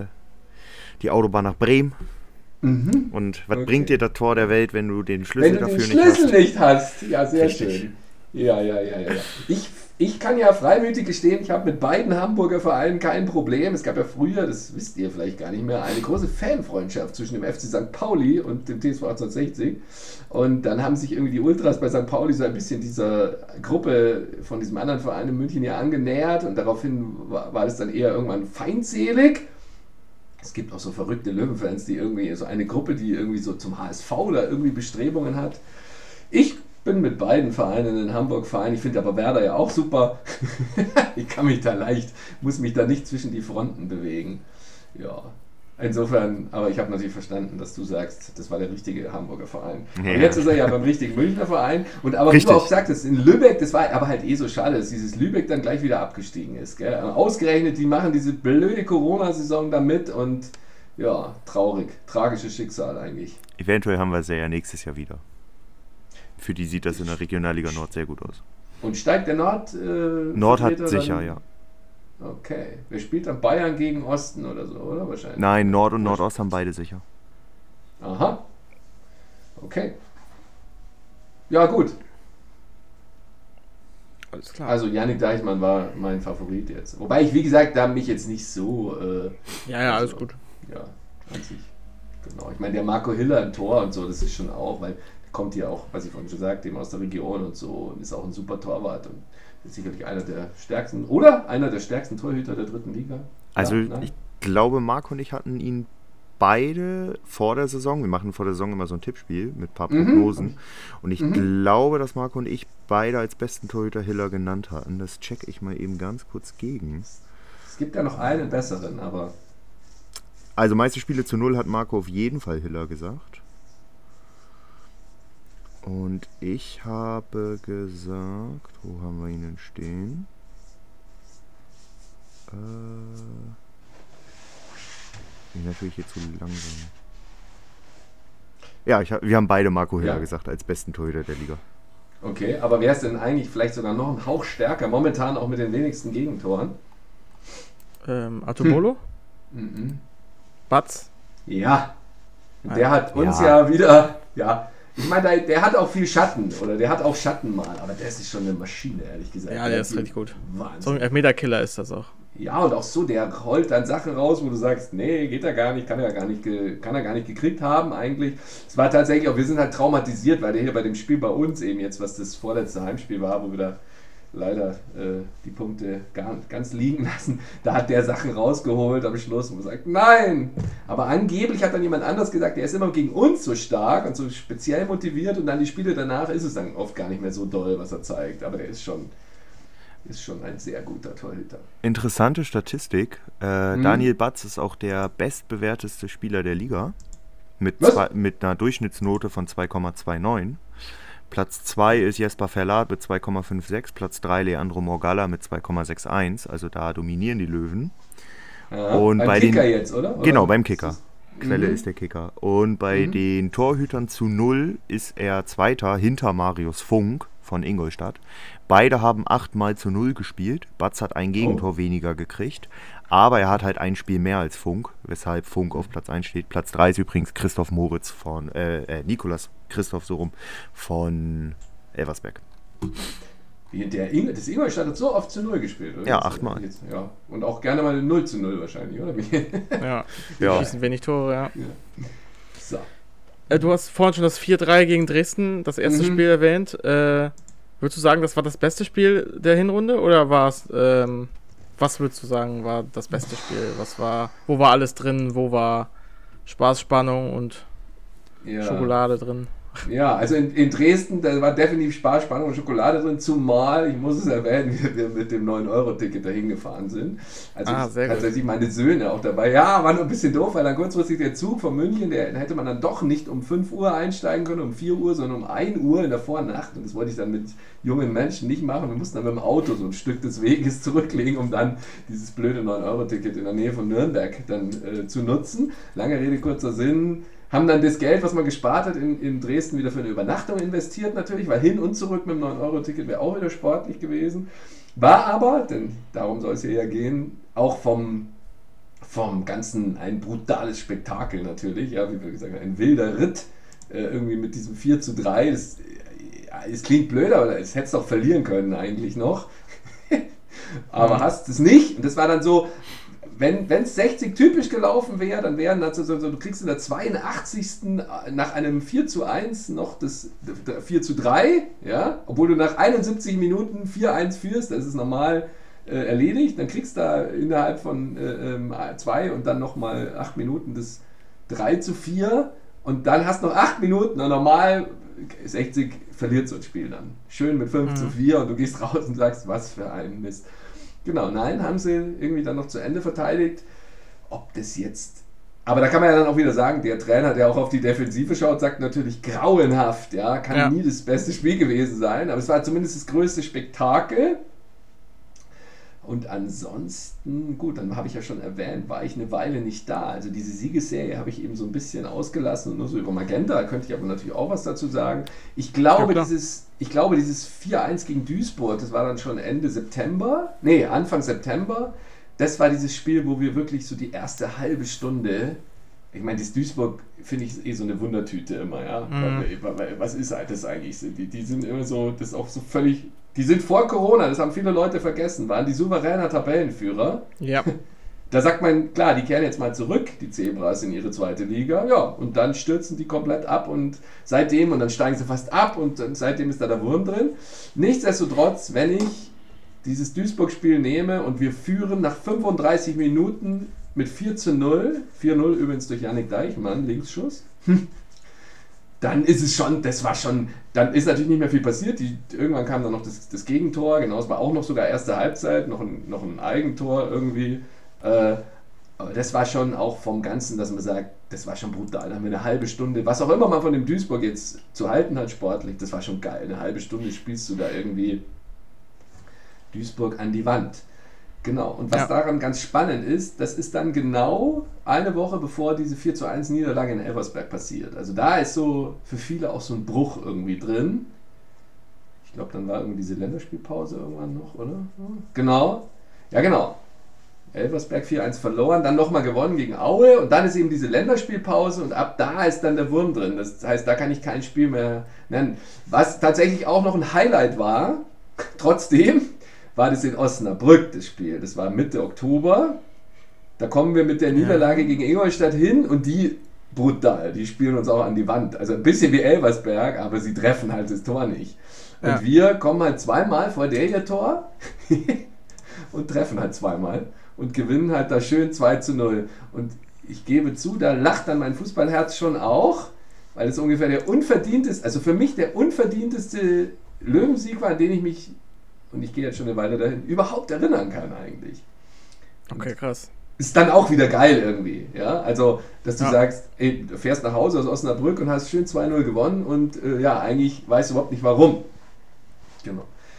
die Autobahn nach Bremen. Mhm. Und was bringt dir das Tor der Welt, wenn du den Schlüssel dafür nicht hast? Wenn du den Schlüssel nicht hast. Ja, sehr Richtig. schön. Ja. Ich kann ja freimütig gestehen, ich habe mit beiden Hamburger Vereinen kein Problem. Es gab ja früher, das wisst ihr vielleicht gar nicht mehr, eine große Fanfreundschaft zwischen dem FC St. Pauli und dem TSV 1860. Und dann haben sich irgendwie die Ultras bei St. Pauli so ein bisschen dieser Gruppe von diesem anderen Verein in München ja angenähert und daraufhin war das dann eher irgendwann feindselig. Es gibt auch so verrückte Löwenfans, die irgendwie so eine Gruppe, die irgendwie so zum HSV oder irgendwie Bestrebungen hat. Ich bin mit beiden Vereinen in Hamburg Verein. Ich finde aber Werder ja auch super. Ich kann mich da muss mich da nicht zwischen die Fronten bewegen. Ja, insofern, aber ich habe natürlich verstanden, dass du sagst, das war der richtige Hamburger Verein. Ja. Und jetzt ist er ja beim richtigen Münchner Verein. Und aber wie du auch sagtest, in Lübeck, das war aber halt so schade, dass dieses Lübeck dann gleich wieder abgestiegen ist. Gell? Ausgerechnet, die machen diese blöde Corona-Saison da mit und ja, tragisches Schicksal eigentlich. Eventuell haben wir sie ja nächstes Jahr wieder. Für die sieht das in der Regionalliga Nord sehr gut aus. Und steigt der Nord? Nord hat sicher, dann? Ja. Okay. Wer spielt dann Bayern gegen Osten oder so, oder? Wahrscheinlich. Nein, Nord und Nordost haben beide sicher. Aha. Okay. Ja, gut. Alles klar. Also Jannik Deichmann war mein Favorit jetzt. Wobei ich, wie gesagt, da mich jetzt nicht so... alles gut. Ja, an sich. Genau. Ich meine, der Marco Hiller im Tor und so, das ist schon auch, weil kommt ja auch, was ich vorhin schon sagte, eben aus der Region und so und ist auch ein super Torwart und ist sicherlich einer der stärksten Torhüter der 3. Liga. Also ich glaube, Marco und ich hatten ihn beide vor der Saison, wir machen vor der Saison immer so ein Tippspiel mit ein paar Prognosen und ich glaube, dass Marco und ich beide als besten Torhüter Hiller genannt hatten. Das checke ich mal eben ganz kurz gegen. Es gibt ja noch einen besseren, aber... Also meiste Spiele zu 0 hat Marco auf jeden Fall Hiller gesagt. Und ich habe gesagt, wo haben wir ihn denn stehen? Bin natürlich hier zu langsam. Ja, wir haben beide Marco Hiller gesagt als besten Torhüter der Liga. Okay, aber wer ist denn eigentlich vielleicht sogar noch ein Hauch stärker, momentan auch mit den wenigsten Gegentoren? Artubolo? Batz? Ja, der hat uns ja wieder... Ja. Ich meine, der hat auch viel Schatten, oder der hat auch Schatten mal, aber der ist schon eine Maschine, ehrlich gesagt. Ja, der ist richtig gut. Wahnsinn. So ein Elfmeter-Killer ist das auch. Ja, und auch so, der rollt dann Sachen raus, wo du sagst, nee, geht er gar nicht, kann er gar nicht gekriegt haben eigentlich. Es war tatsächlich auch, wir sind halt traumatisiert, weil der hier bei dem Spiel bei uns eben jetzt, was das vorletzte Heimspiel war, wo wir da leider die Punkte ganz liegen lassen. Da hat der Sachen rausgeholt am Schluss und sagt, nein! Aber angeblich hat dann jemand anders gesagt, der ist immer gegen uns so stark und so speziell motiviert und dann die Spiele danach ist es dann oft gar nicht mehr so doll, was er zeigt. Aber der ist schon ein sehr guter Torhüter. Interessante Statistik. Daniel Batz ist auch der bestbewerteste Spieler der Liga mit einer Durchschnittsnote von 2,29. Platz 2 ist Jesper Verlat mit 2,56, Platz 3 Leandro Morgalla mit 2,61, also da dominieren die Löwen. Ja, und beim Kicker jetzt, oder? Genau, beim Kicker. Quelle ist der Kicker. Und bei den Torhütern zu 0 ist er Zweiter hinter Marius Funk von Ingolstadt. Beide haben 8-0 gespielt. Batz hat ein Gegentor weniger gekriegt. Aber er hat halt ein Spiel mehr als Funk, weshalb Funk auf Platz 1 steht. Platz 3 ist übrigens Christoph Moritz von, Nikolas Christoph so rum von Elversberg. Das Ingolstadt hat so oft zu 0 gespielt, oder? Ja, 8-mal. Ja. Und auch gerne mal 0-0 wahrscheinlich, oder? Ja. Schießen wenig Tore, ja. So. Du hast vorhin schon das 4-3 gegen Dresden, das erste Spiel erwähnt. Würdest du sagen, das war das beste Spiel der Hinrunde oder war es, was würdest du sagen, war das beste Spiel? Wo war alles drin? Wo war Spaß, Spannung und Schokolade drin? Ja, also in Dresden, da war definitiv Spaß, Spannung und Schokolade drin, zumal, ich muss es erwähnen, wir mit dem 9-Euro-Ticket dahin gefahren sind. Also tatsächlich meine Söhne auch dabei. Ja, war nur ein bisschen doof, weil dann kurzfristig der Zug von München, da hätte man dann doch nicht um 5 Uhr einsteigen können, um 4 Uhr, sondern um 1 Uhr in der Vornacht. Und das wollte ich dann mit jungen Menschen nicht machen. Wir mussten dann mit dem Auto so ein Stück des Weges zurücklegen, um dann dieses blöde 9-Euro-Ticket in der Nähe von Nürnberg dann zu nutzen. Lange Rede, kurzer Sinn. Haben dann das Geld, was man gespart hat, in Dresden wieder für eine Übernachtung investiert natürlich, weil hin und zurück mit dem 9-Euro-Ticket wäre auch wieder sportlich gewesen. War aber, denn darum soll es hier ja gehen, auch vom Ganzen ein brutales Spektakel natürlich, ja, wie wir gesagt haben, ein wilder Ritt, irgendwie mit diesem 4-3, es klingt blöd, aber es hätte es doch verlieren können eigentlich noch, aber hast es nicht und das war dann so. Wenn es 60 typisch gelaufen wäre, dann wären das so, du kriegst in der 82. nach einem 4-1 noch das 4-3, ja, obwohl du nach 71 Minuten 4-1 führst, das ist normal erledigt, dann kriegst du da innerhalb von 2 und dann nochmal 8 Minuten das 3-4 und dann hast du noch 8 Minuten und normal 60 verliert so ein Spiel dann. Schön mit 5-4 und du gehst raus und sagst, was für ein Mist. Genau, nein, haben sie irgendwie dann noch zu Ende verteidigt. Ob das jetzt... Aber da kann man ja dann auch wieder sagen, der Trainer, der auch auf die Defensive schaut, sagt natürlich grauenhaft, ja, kann nie das beste Spiel gewesen sein, aber es war zumindest das größte Spektakel. Und ansonsten, gut, dann habe ich ja schon erwähnt, war ich eine Weile nicht da. Also diese Siegesserie habe ich eben so ein bisschen ausgelassen und nur so über Magenta, da könnte ich aber natürlich auch was dazu sagen. Ich glaube, dieses 4-1 gegen Duisburg, das war dann schon Anfang September, das war dieses Spiel, wo wir wirklich so die erste halbe Stunde, ich meine, das Duisburg finde ich so eine Wundertüte immer, ja. Was ist das eigentlich? Die sind immer so, das ist auch so völlig... Die sind vor Corona, das haben viele Leute vergessen, waren die souveräner Tabellenführer. Ja. Da sagt man, klar, die kehren jetzt mal zurück, die Zebras in ihre zweite Liga, ja, und dann stürzen die komplett ab und dann steigen sie fast ab und seitdem ist da der Wurm drin. Nichtsdestotrotz, wenn ich dieses Duisburg-Spiel nehme und wir führen nach 35 Minuten mit 4-0 übrigens durch Jannik Deichmann, Linksschuss, dann ist es schon, dann ist natürlich nicht mehr viel passiert. Irgendwann kam dann noch das Gegentor, genau, es war auch noch sogar erste Halbzeit, noch ein Eigentor irgendwie. Aber das war schon auch vom Ganzen, dass man sagt, das war schon brutal. Da haben wir eine halbe Stunde, was auch immer man von dem Duisburg jetzt zu halten hat sportlich, das war schon geil. Eine halbe Stunde spielst du da irgendwie Duisburg an die Wand. Genau, und was daran ganz spannend ist, das ist dann genau eine Woche bevor diese 4-1 Niederlage in Elversberg passiert. Also da ist so für viele auch so ein Bruch irgendwie drin. Ich glaube, dann war irgendwie diese Länderspielpause irgendwann noch, oder? Genau. Ja, genau. Elversberg 4-1 verloren, dann nochmal gewonnen gegen Aue und dann ist eben diese Länderspielpause und ab da ist dann der Wurm drin. Das heißt, da kann ich kein Spiel mehr nennen. Was tatsächlich auch noch ein Highlight war, trotzdem, war das in Osnabrück, das Spiel. Das war Mitte Oktober. Da kommen wir mit der Niederlage gegen Ingolstadt hin und die, brutal, die spielen uns auch an die Wand. Also ein bisschen wie Elversberg, aber sie treffen halt das Tor nicht. Und wir kommen halt zweimal vor der ihr Tor und treffen halt zweimal und gewinnen halt da schön 2-0. Und ich gebe zu, da lacht dann mein Fußballherz schon auch, weil es ungefähr der unverdienteste, also für mich der unverdienteste Löwensieg war, an den ich mich, und ich gehe jetzt schon eine Weile dahin, überhaupt erinnern kann eigentlich. Okay, krass. Ist dann auch wieder geil irgendwie, ja, also, dass du sagst, ey, du fährst nach Hause aus Osnabrück und hast schön 2-0 gewonnen und eigentlich weißt du überhaupt nicht warum. Genau.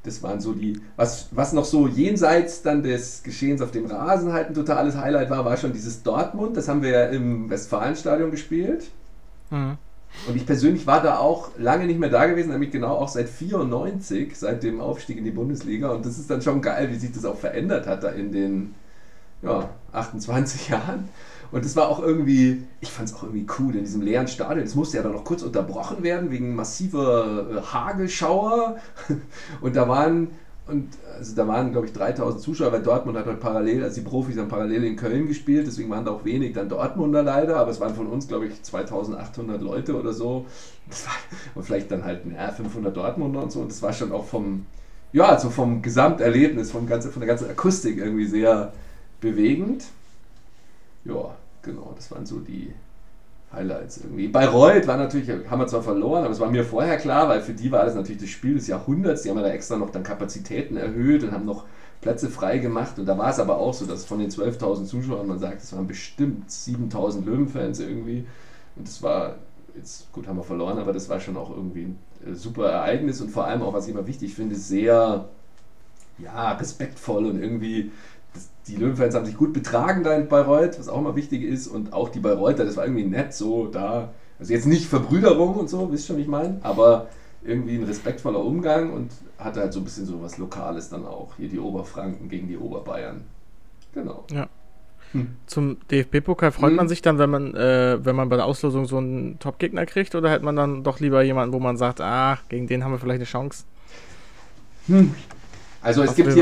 Das waren so die, was noch so jenseits dann des Geschehens auf dem Rasen halt ein totales Highlight war schon dieses Dortmund. Das haben wir ja im Westfalenstadion gespielt. Mhm. Und ich persönlich war da auch lange nicht mehr da gewesen, nämlich genau auch seit 94, seit dem Aufstieg in die Bundesliga. Und das ist dann schon geil, wie sich das auch verändert hat da in den 28 Jahren. Und das war auch irgendwie, ich fand es auch irgendwie cool in diesem leeren Stadion. Es musste ja dann noch kurz unterbrochen werden wegen massiver Hagelschauer. Und da waren, glaube ich, 3000 Zuschauer, weil Dortmund hat halt parallel, also die Profis haben parallel in Köln gespielt, deswegen waren da auch wenig dann Dortmunder leider, aber es waren von uns, glaube ich, 2800 Leute oder so. Und vielleicht dann halt 500 Dortmunder und so. Und das war schon auch vom Gesamterlebnis, von der ganzen Akustik irgendwie sehr bewegend. Ja, genau, das waren so die Highlights irgendwie. Bayreuth war natürlich, haben wir zwar verloren, aber es war mir vorher klar, weil für die war das natürlich das Spiel des Jahrhunderts. Die haben ja da extra noch dann Kapazitäten erhöht und haben noch Plätze frei gemacht. Und da war es aber auch so, dass von den 12.000 Zuschauern, man sagt, es waren bestimmt 7.000 Löwenfans irgendwie. Und das war, jetzt gut, haben wir verloren, aber das war schon auch irgendwie ein super Ereignis und vor allem auch, was ich immer wichtig finde, sehr respektvoll und irgendwie. Die Löwenfans haben sich gut betragen da in Bayreuth, was auch immer wichtig ist. Und auch die Bayreuther, das war irgendwie nett so da. Also jetzt nicht Verbrüderung und so, wisst ihr, was ich meine? Aber irgendwie ein respektvoller Umgang und hatte halt so ein bisschen so was Lokales dann auch. Hier die Oberfranken gegen die Oberbayern. Genau. Ja. Zum DFB-Pokal freut man sich dann, wenn man bei der Auslosung so einen Top-Gegner kriegt? Oder hätte man dann doch lieber jemanden, wo man sagt, gegen den haben wir vielleicht eine Chance? Also es gibt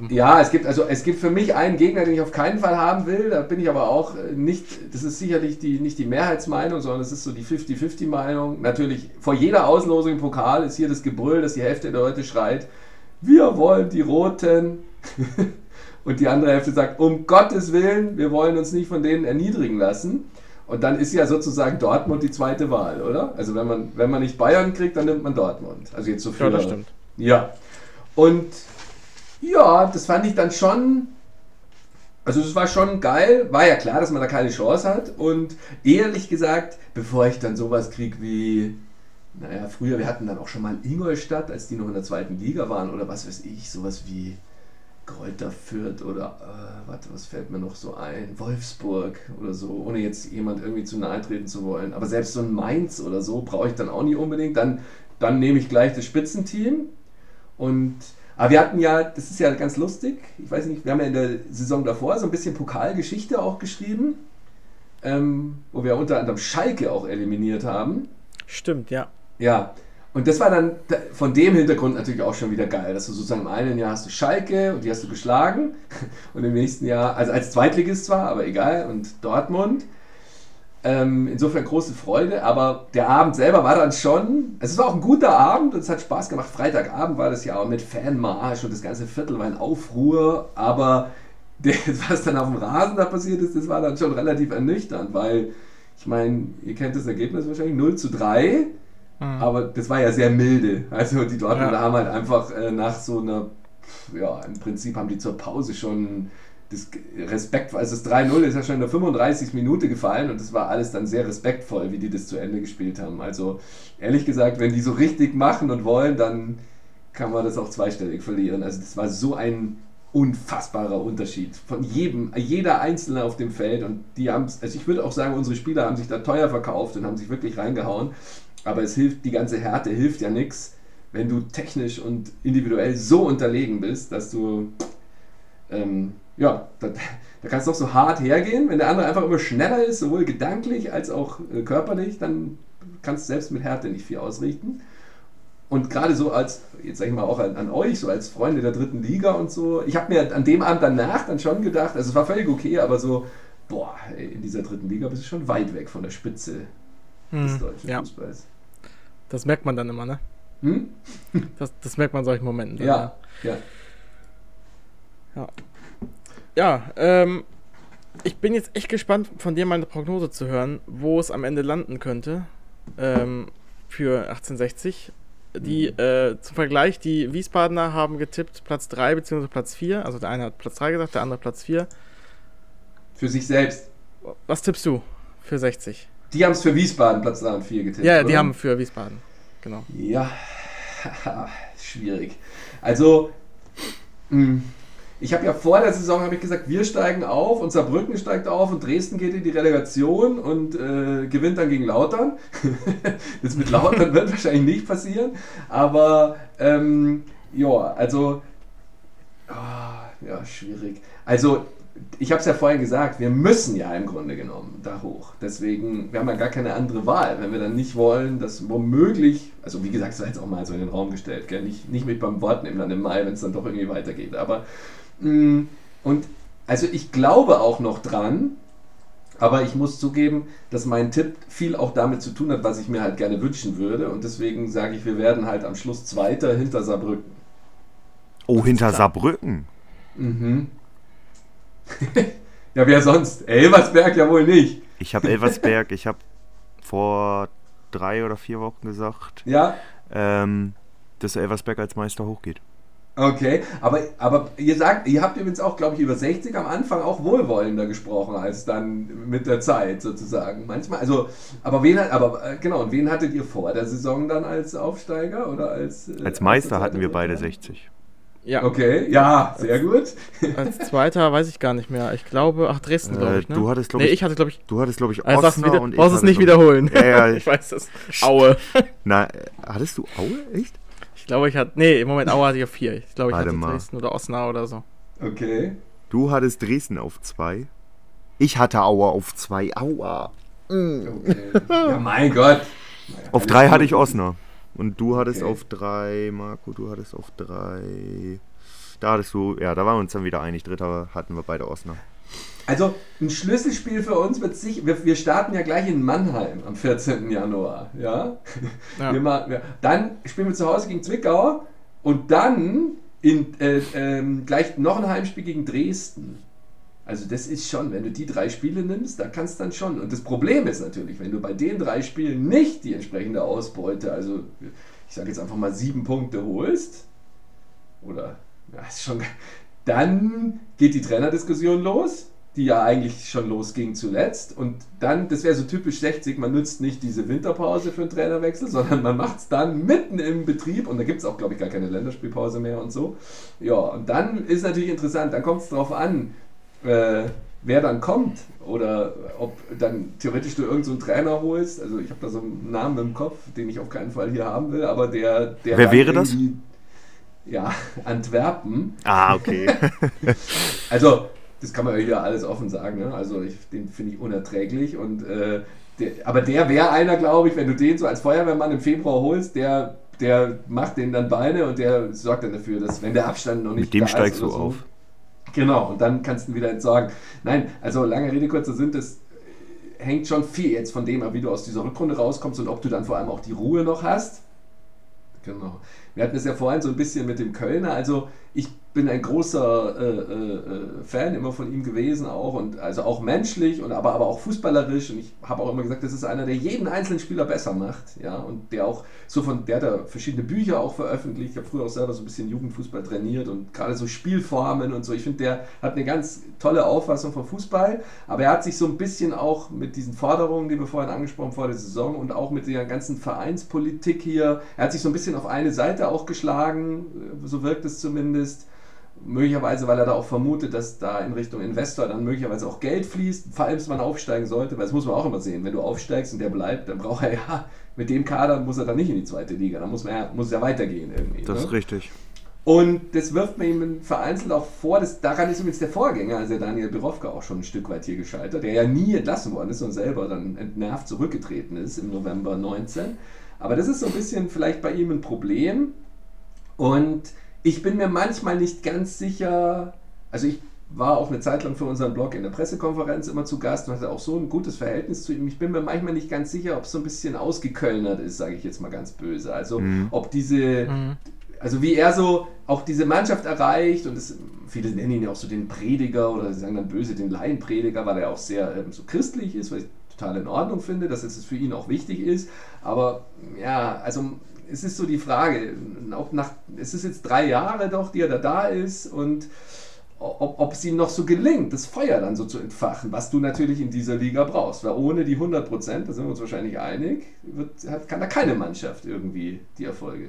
es gibt für mich einen Gegner, den ich auf keinen Fall haben will, da bin ich aber auch nicht, das ist sicherlich nicht die Mehrheitsmeinung, sondern es ist so die 50-50-Meinung. Natürlich, vor jeder Auslosung im Pokal ist hier das Gebrüll, dass die Hälfte der Leute schreit, wir wollen die Roten und die andere Hälfte sagt, um Gottes Willen, wir wollen uns nicht von denen erniedrigen lassen. Und dann ist ja sozusagen Dortmund die zweite Wahl, oder? Also wenn man nicht Bayern kriegt, dann nimmt man Dortmund. Also jetzt so für... Ja, das stimmt. Ja, und ja, das fand ich dann schon, also es war schon geil, war ja klar, dass man da keine Chance hat und ehrlich gesagt, bevor ich dann sowas kriege wie, früher, wir hatten dann auch schon mal Ingolstadt, als die noch in der zweiten Liga waren oder was weiß ich, sowas wie Greuther Fürth oder, was fällt mir noch so ein, Wolfsburg oder so, ohne jetzt jemand irgendwie zu nahe treten zu wollen, aber selbst so ein Mainz oder so brauche ich dann auch nicht unbedingt, dann nehme ich gleich das Spitzenteam aber wir hatten ja, das ist ja ganz lustig, ich weiß nicht, wir haben ja in der Saison davor so ein bisschen Pokalgeschichte auch geschrieben, wo wir unter anderem Schalke auch eliminiert haben. Stimmt, ja. Ja, und das war dann von dem Hintergrund natürlich auch schon wieder geil, dass du sozusagen im einen Jahr hast du Schalke und die hast du geschlagen und im nächsten Jahr, also als Zweitligist zwar, aber egal, und Dortmund. Insofern große Freude, aber der Abend selber war dann schon, es war auch ein guter Abend und es hat Spaß gemacht. Freitagabend war das ja auch mit Fanmarsch und das ganze Viertel war in Aufruhr, aber was dann auf dem Rasen da passiert ist, das war dann schon relativ ernüchternd, weil, ich meine, ihr kennt das Ergebnis wahrscheinlich 0:3, aber das war ja sehr milde. Also die Dortmunder haben halt einfach nach so einer, im Prinzip haben die zur Pause schon das Respekt, also das 3:0 ist ja schon in der 35. Minute gefallen und das war alles dann sehr respektvoll, wie die das zu Ende gespielt haben. Also ehrlich gesagt, wenn die so richtig machen und wollen, dann kann man das auch zweistellig verlieren. Also das war so ein unfassbarer Unterschied von jeder Einzelne auf dem Feld und die haben, also ich würde auch sagen, unsere Spieler haben sich da teuer verkauft und haben sich wirklich reingehauen, aber es hilft, die ganze Härte hilft ja nichts, wenn du technisch und individuell so unterlegen bist, dass du da kannst du auch so hart hergehen, wenn der andere einfach immer schneller ist, sowohl gedanklich als auch körperlich, dann kannst du selbst mit Härte nicht viel ausrichten. Und gerade so als, jetzt sag ich mal auch an euch, so als Freunde der dritten Liga und so, ich habe mir an dem Abend danach dann schon gedacht, also es war völlig okay, aber so, in dieser dritten Liga bist du schon weit weg von der Spitze des deutschen Fußballs. Das merkt man dann immer, ne? Das merkt man in solchen Momenten. Dann, ja. Ja, ich bin jetzt echt gespannt, von dir mal eine Prognose zu hören, wo es am Ende landen könnte für 1860. Zum Vergleich, die Wiesbadener haben getippt Platz 3 bzw. Platz 4. Also der eine hat Platz 3 gesagt, der andere Platz 4. Für sich selbst. Was tippst du für 60? Die haben es für Wiesbaden Platz 3 und 4 getippt, Ja, die haben für Wiesbaden, genau. Ja, Schwierig. Also, ich habe ja vor der Saison gesagt, wir steigen auf und Saarbrücken steigt auf und Dresden geht in die Relegation und gewinnt dann gegen Lautern. Das mit Lautern wird wahrscheinlich nicht passieren, aber schwierig. Also ich habe es ja vorhin gesagt, wir müssen ja im Grunde genommen da hoch. Deswegen, wir haben ja gar keine andere Wahl, wenn wir dann nicht wollen, dass womöglich, also wie gesagt, es war jetzt auch mal so in den Raum gestellt, gell? Nicht mit beim Wort nehmen dann im Mai, wenn es dann doch irgendwie weitergeht. Aber und also ich glaube auch noch dran, aber ich muss zugeben, dass mein Tipp viel auch damit zu tun hat, was ich mir halt gerne wünschen würde. Und deswegen sage ich, wir werden halt am Schluss Zweiter hinter Saarbrücken. Oh, hinter Saarbrücken? Mhm. Ja, wer sonst? Elversberg ja wohl nicht. Ich habe Elversberg, ich habe vor 3 oder 4 Wochen gesagt, ja? Dass Elversberg als Meister hochgeht. Okay, aber ihr habt übrigens auch, glaube ich, über 60 am Anfang auch wohlwollender gesprochen als dann mit der Zeit sozusagen. Manchmal, also, und wen hattet ihr vor der Saison dann als Aufsteiger oder als Meister hatten wir beide 60. Ja. Okay, ja, sehr gut. Als Zweiter weiß ich gar nicht mehr. Ich glaube, Dresden, glaube ich, ne? Du hattest, glaube ich, Osnabrück und ich brauchst es nicht wiederholen. Ja, ich weiß das. Aue. Na, hattest du Aue? Echt? Ich glaube, im Moment Aue hatte ich auf 4. Ich glaube, ich hatte mal. Dresden oder Osnabrück oder so. Okay. Du hattest Dresden auf 2. Ich hatte Aue auf 2. Aua. Okay. Ja, mein Gott. Auf 3 hatte ich Osnabrück. Und du hattest auf 3, Marco, du hattest auf 3. Da hattest du, ja, da waren wir uns dann wieder einig. Dritter hatten wir beide Osnabrück. Also ein Schlüsselspiel für uns wird sicher, wir starten ja gleich in Mannheim am 14. Januar. Ja? Dann spielen wir zu Hause gegen Zwickau und dann gleich noch ein Heimspiel gegen Dresden. Also das ist schon, wenn du die 3 Spiele nimmst, da kannst du dann schon. Und das Problem ist natürlich, wenn du bei den 3 Spielen nicht die entsprechende Ausbeute, also ich sage jetzt einfach mal 7 Punkte holst, oder ist schon, dann geht die Trainerdiskussion los, die ja eigentlich schon losging zuletzt. Und dann, das wäre so typisch 60, man nutzt nicht diese Winterpause für einen Trainerwechsel, sondern man macht es dann mitten im Betrieb und da gibt es auch, glaube ich, gar keine Länderspielpause mehr und so. Ja, und dann ist natürlich interessant, dann kommt es darauf an, wer dann kommt oder ob dann theoretisch du irgendeinen so Trainer holst. Also ich habe da so einen Namen im Kopf, den ich auf keinen Fall hier haben will, aber der wer wäre das? Ja, Antwerpen. Ah, okay. Also das kann man ja hier alles offen sagen, ne? Also den finde ich unerträglich und aber der wäre einer, glaube ich, wenn du den so als Feuerwehrmann im Februar holst, der macht den dann Beine und der sorgt dann dafür, dass wenn der Abstand noch nicht mit dem steigst du auf. Genau, und dann kannst du ihn wieder entsorgen. Nein, also lange Rede, kurzer Sinn, das hängt schon viel jetzt von dem ab, wie du aus dieser Rückrunde rauskommst und ob du dann vor allem auch die Ruhe noch hast. Genau. Wir hatten es ja vorhin so ein bisschen mit dem Kölner, also ich bin ein großer Fan immer von ihm gewesen auch und also auch menschlich und aber auch fußballerisch und ich habe auch immer gesagt, das ist einer, der jeden einzelnen Spieler besser macht, ja, und der auch so der hat da verschiedene Bücher auch veröffentlicht, ich habe früher auch selber so ein bisschen Jugendfußball trainiert und gerade so Spielformen und so, ich finde, der hat eine ganz tolle Auffassung von Fußball, aber er hat sich so ein bisschen auch mit diesen Forderungen, die wir vorhin angesprochen haben vor der Saison und auch mit der ganzen Vereinspolitik hier, er hat sich so ein bisschen auf eine Seite auch geschlagen, so wirkt es zumindest. Möglicherweise, weil er da auch vermutet, dass da in Richtung Investor dann möglicherweise auch Geld fließt, falls man aufsteigen sollte, weil das muss man auch immer sehen, wenn du aufsteigst und der bleibt, dann braucht er ja, mit dem Kader muss er dann nicht in die 2. Liga, dann muss es ja weitergehen irgendwie. Das ist richtig. Und das wirft man ihm vereinzelt auch vor, daran ist übrigens der Vorgänger, also der Daniel Birovka auch schon ein Stück weit hier gescheitert, der ja nie entlassen worden ist und selber dann entnervt zurückgetreten ist im November 19. Aber das ist so ein bisschen vielleicht bei ihm ein Problem und ich bin mir manchmal nicht ganz sicher, also ich war auch eine Zeit lang für unseren Blog in der Pressekonferenz immer zu Gast und hatte auch so ein gutes Verhältnis zu ihm. Ich bin mir manchmal nicht ganz sicher, ob es so ein bisschen ausgekölnert ist, sage ich jetzt mal ganz böse. Also ob also wie er so auch diese Mannschaft erreicht und viele nennen ihn ja auch so den Prediger oder sie sagen dann böse den Laienprediger, weil er auch sehr so christlich ist, was ich total in Ordnung finde, dass es für ihn auch wichtig ist. Aber ja, also es ist so die Frage, es ist jetzt 3 Jahre doch, die er da ist und ob es ihm noch so gelingt, das Feuer dann so zu entfachen, was du natürlich in dieser Liga brauchst, weil ohne die 100%, da sind wir uns wahrscheinlich einig, kann da keine Mannschaft irgendwie die Erfolge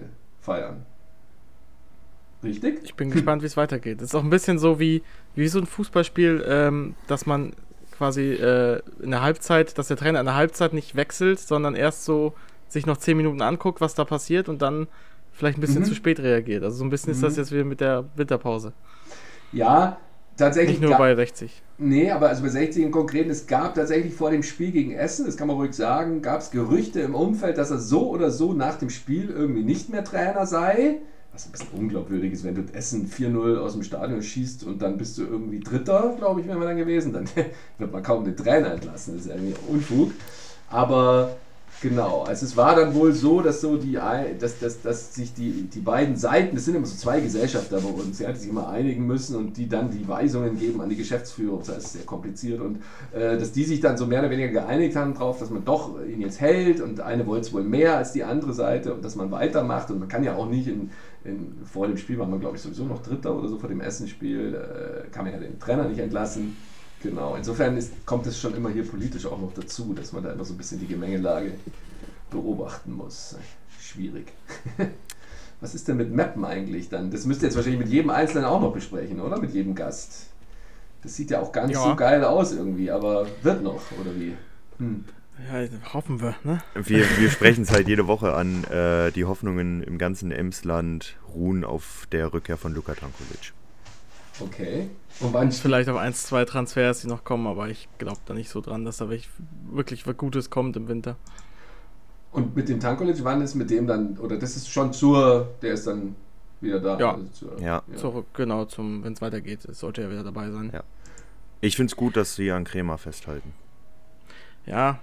feiern. Richtig? Ich bin gespannt, wie es weitergeht. Das ist auch ein bisschen so wie so ein Fußballspiel, dass man quasi in der Halbzeit, dass der Trainer in der Halbzeit nicht wechselt, sondern erst so sich noch 10 Minuten anguckt, was da passiert und dann vielleicht ein bisschen zu spät reagiert. Also so ein bisschen ist das jetzt wieder mit der Winterpause. Ja, tatsächlich. Nicht nur bei 60. Nee, aber also bei 60 im Konkreten, es gab tatsächlich vor dem Spiel gegen Essen, das kann man ruhig sagen, gab es Gerüchte im Umfeld, dass er so oder so nach dem Spiel irgendwie nicht mehr Trainer sei. Was ein bisschen unglaubwürdig ist, wenn du Essen 4-0 aus dem Stadion schießt und dann bist du irgendwie Dritter, glaube ich, wäre man dann gewesen, dann wird man kaum den Trainer entlassen, das ist irgendwie Unfug. Aber genau, also es war dann wohl so, dass so dass sich die beiden Seiten, das sind immer so zwei Gesellschafter bei uns, die sich immer einigen müssen und die dann die Weisungen geben an die Geschäftsführung, das heißt sehr kompliziert und dass die sich dann so mehr oder weniger geeinigt haben drauf, dass man doch ihn jetzt hält und eine wollte es wohl mehr als die andere Seite und dass man weitermacht und man kann ja auch nicht vor dem Spiel war man glaube ich sowieso noch Dritter oder so, vor dem Essenspiel kann man ja den Trainer nicht entlassen. Genau, insofern kommt es schon immer hier politisch auch noch dazu, dass man da immer so ein bisschen die Gemengelage beobachten muss. Schwierig. Was ist denn mit Meppen eigentlich dann? Das müsst ihr jetzt wahrscheinlich mit jedem Einzelnen auch noch besprechen, oder? Mit jedem Gast. Das sieht ja auch gar nicht so geil aus irgendwie, aber wird noch, oder wie? Ja, hoffen wir, ne? Wir sprechen es halt jede Woche an. Die Hoffnungen im ganzen Emsland ruhen auf der Rückkehr von Luka Tankovic. Okay. Und wann vielleicht auch 1, 2 Transfers, die noch kommen, aber ich glaube da nicht so dran, dass da wirklich was Gutes kommt im Winter. Und mit dem Tankovic, wann ist mit dem dann, oder das ist schon der ist dann wieder da? Ja, also zurück, genau, wenn es weitergeht, sollte er wieder dabei sein. Ja. Ich finde es gut, dass sie an Krämer festhalten. Ja.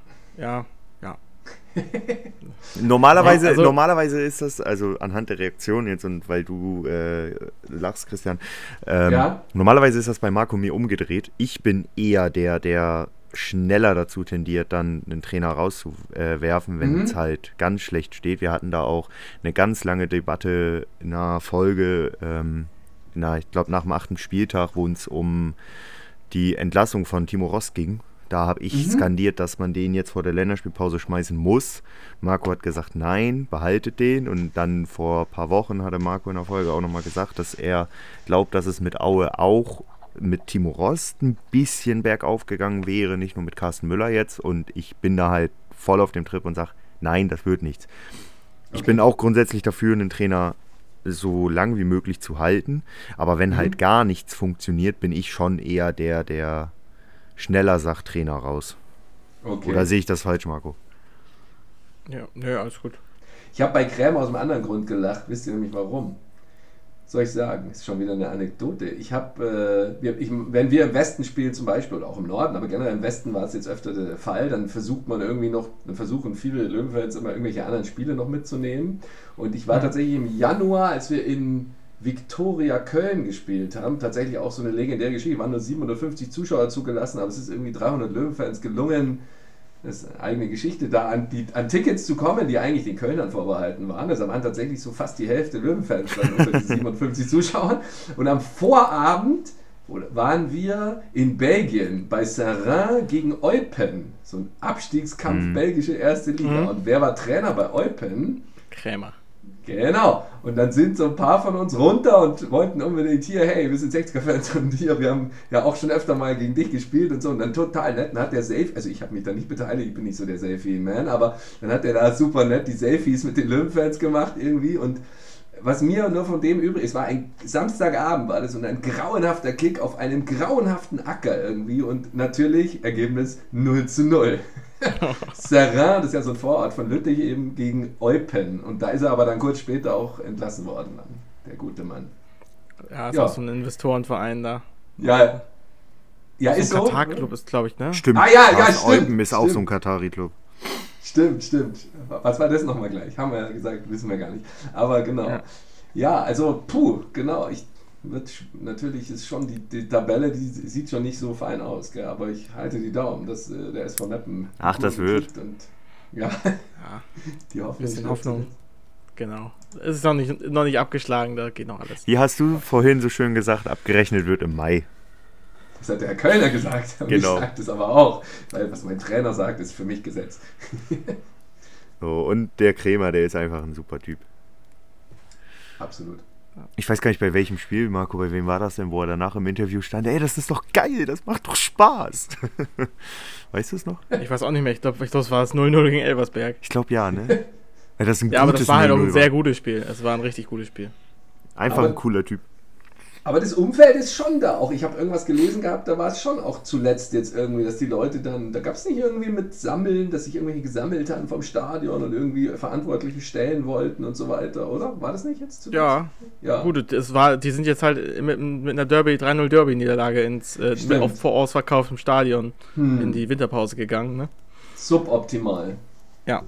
Normalerweise ist das, also anhand der Reaktion jetzt und weil du lachst, Christian, normalerweise ist das bei Marco mir umgedreht. Ich bin eher der schneller dazu tendiert, dann einen Trainer rauszuwerfen, wenn es halt ganz schlecht steht. Wir hatten da auch eine ganz lange Debatte in einer Folge, ich glaube nach dem 8. Spieltag, wo es um die Entlassung von Timo Ross ging. Da habe ich skandiert, dass man den jetzt vor der Länderspielpause schmeißen muss. Marco hat gesagt, nein, behaltet den. Und dann vor ein paar Wochen hatte Marco in der Folge auch nochmal gesagt, dass er glaubt, dass es mit Aue auch mit Timo Ross ein bisschen bergauf gegangen wäre, nicht nur mit Carsten Müller jetzt. Und ich bin da halt voll auf dem Trip und sage, nein, das wird nichts. Okay. Ich bin auch grundsätzlich dafür, einen Trainer so lang wie möglich zu halten. Aber wenn halt gar nichts funktioniert, bin ich schon eher der schneller sagt Trainer raus. Okay. Oder sehe ich das falsch, Marco? Ja, alles gut. Ich habe bei Krämer aus einem anderen Grund gelacht. Wisst ihr nämlich warum? Soll ich sagen? Das ist schon wieder eine Anekdote. Wenn wir im Westen spielen zum Beispiel, oder auch im Norden, aber generell im Westen war es jetzt öfter der Fall, dann versuchen viele Löwenfans immer irgendwelche anderen Spiele noch mitzunehmen. Und ich war tatsächlich im Januar, als wir in Viktoria Köln gespielt haben, tatsächlich auch so eine legendäre Geschichte, waren nur 750 Zuschauer zugelassen, aber es ist irgendwie 300 Löwenfans gelungen, das ist eine eigene Geschichte, da an Tickets zu kommen, die eigentlich den Kölnern vorbehalten waren. Also waren tatsächlich so fast die Hälfte Löwenfans dann unter die 750 Zuschauern. Und am Vorabend waren wir in Belgien bei Serrain gegen Eupen, so ein Abstiegskampf belgische erste Liga. Und wer war Trainer bei Eupen? Krämer. Genau, und dann sind so ein paar von uns runter und wollten unbedingt hier, hey, wir sind 60er-Fans und hier, wir haben ja auch schon öfter mal gegen dich gespielt und so, und dann total nett, dann hat der Selfie, also ich habe mich da nicht beteiligt, ich bin nicht so der Selfie-Man, aber dann hat der da super nett die Selfies mit den Löwenfans gemacht irgendwie und was mir nur von dem übrig ist, war ein Samstagabend war das und ein grauenhafter Kick auf einem grauenhaften Acker irgendwie und natürlich Ergebnis 0:0. Serrain, das ist ja so ein Vorort von Lüttich eben, gegen Eupen. Und da ist er aber dann kurz später auch entlassen worden, dann, der gute Mann. Ja, ist auch so ein Investorenverein da. Ja, ist so. Katar-Club ist, glaube ich, ne? Stimmt. Stimmt. Eupen ist auch so ein Katari-Club. Stimmt. Was war das nochmal gleich? Haben wir ja gesagt, wissen wir gar nicht. Aber genau. Ja, also, genau. Natürlich ist schon die Tabelle, die sieht schon nicht so fein aus, gell? Aber ich halte die Daumen, dass der SV Meppen. Ach, das wird. Und, die Hoffnung. Bisschen Hoffnung. Genau. Es ist noch nicht abgeschlagen, da geht noch alles. Wie hast du vorhin so schön gesagt, abgerechnet wird im Mai. Das hat der Herr Kölner gesagt. Genau. Ich sage das aber auch, weil was mein Trainer sagt, ist für mich Gesetz. So, und der Krämer, der ist einfach ein super Typ. absolut. Ich weiß gar nicht, bei welchem Spiel, Marco, bei wem war das denn, wo er danach im Interview stand, ey, das ist doch geil, das macht doch Spaß. Weißt du es noch? Ich weiß auch nicht mehr, ich glaube, das war das 0-0 gegen Elversberg. Ich glaube ja, ne? Weil das ein aber das war halt auch ein 0-0 sehr gutes Spiel. Es war ein richtig gutes Spiel. Einfach ein cooler Typ. Aber das Umfeld ist schon da. Auch ich habe irgendwas gelesen gehabt, da war es schon auch zuletzt jetzt irgendwie, dass die Leute dann, da gab es nicht irgendwie mit Sammeln, dass sich irgendwelche gesammelt hatten vom Stadion und irgendwie Verantwortliche stellen wollten und so weiter, oder? War das nicht jetzt zuletzt? Ja. Gut, die sind jetzt halt mit einer 3-0 Derby-Niederlage vor ausverkauftem Stadion in die Winterpause gegangen, ne? Suboptimal. Ja.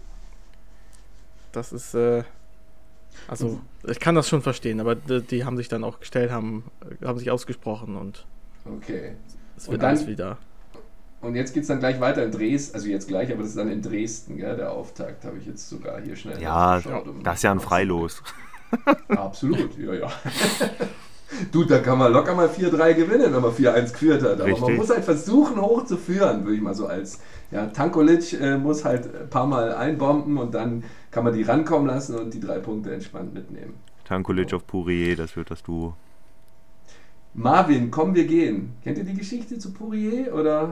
Das ist, also, ich kann das schon verstehen, aber die haben sich dann auch gestellt, haben sich ausgesprochen und okay. Es wird alles wieder. Und jetzt geht es dann gleich weiter in Dresden, also jetzt gleich, aber das ist dann in Dresden, gell, der Auftakt, habe ich jetzt sogar hier schnell geschaut. Das ist ja ein Freilos. Absolut, ja. Du, da kann man locker mal 4-3 gewinnen, wenn man 4-1 geführt hat. Aber richtig. Man muss halt versuchen, hoch zu führen, würde ich mal so als... Ja, Tankulic muss halt ein paar Mal einbomben und dann kann man die rankommen lassen und die 3 Punkte entspannt mitnehmen. Tankulic auf Pourier, das wird das Duo. Marvin, komm, wir gehen. Kennt ihr die Geschichte zu Pourier, oder?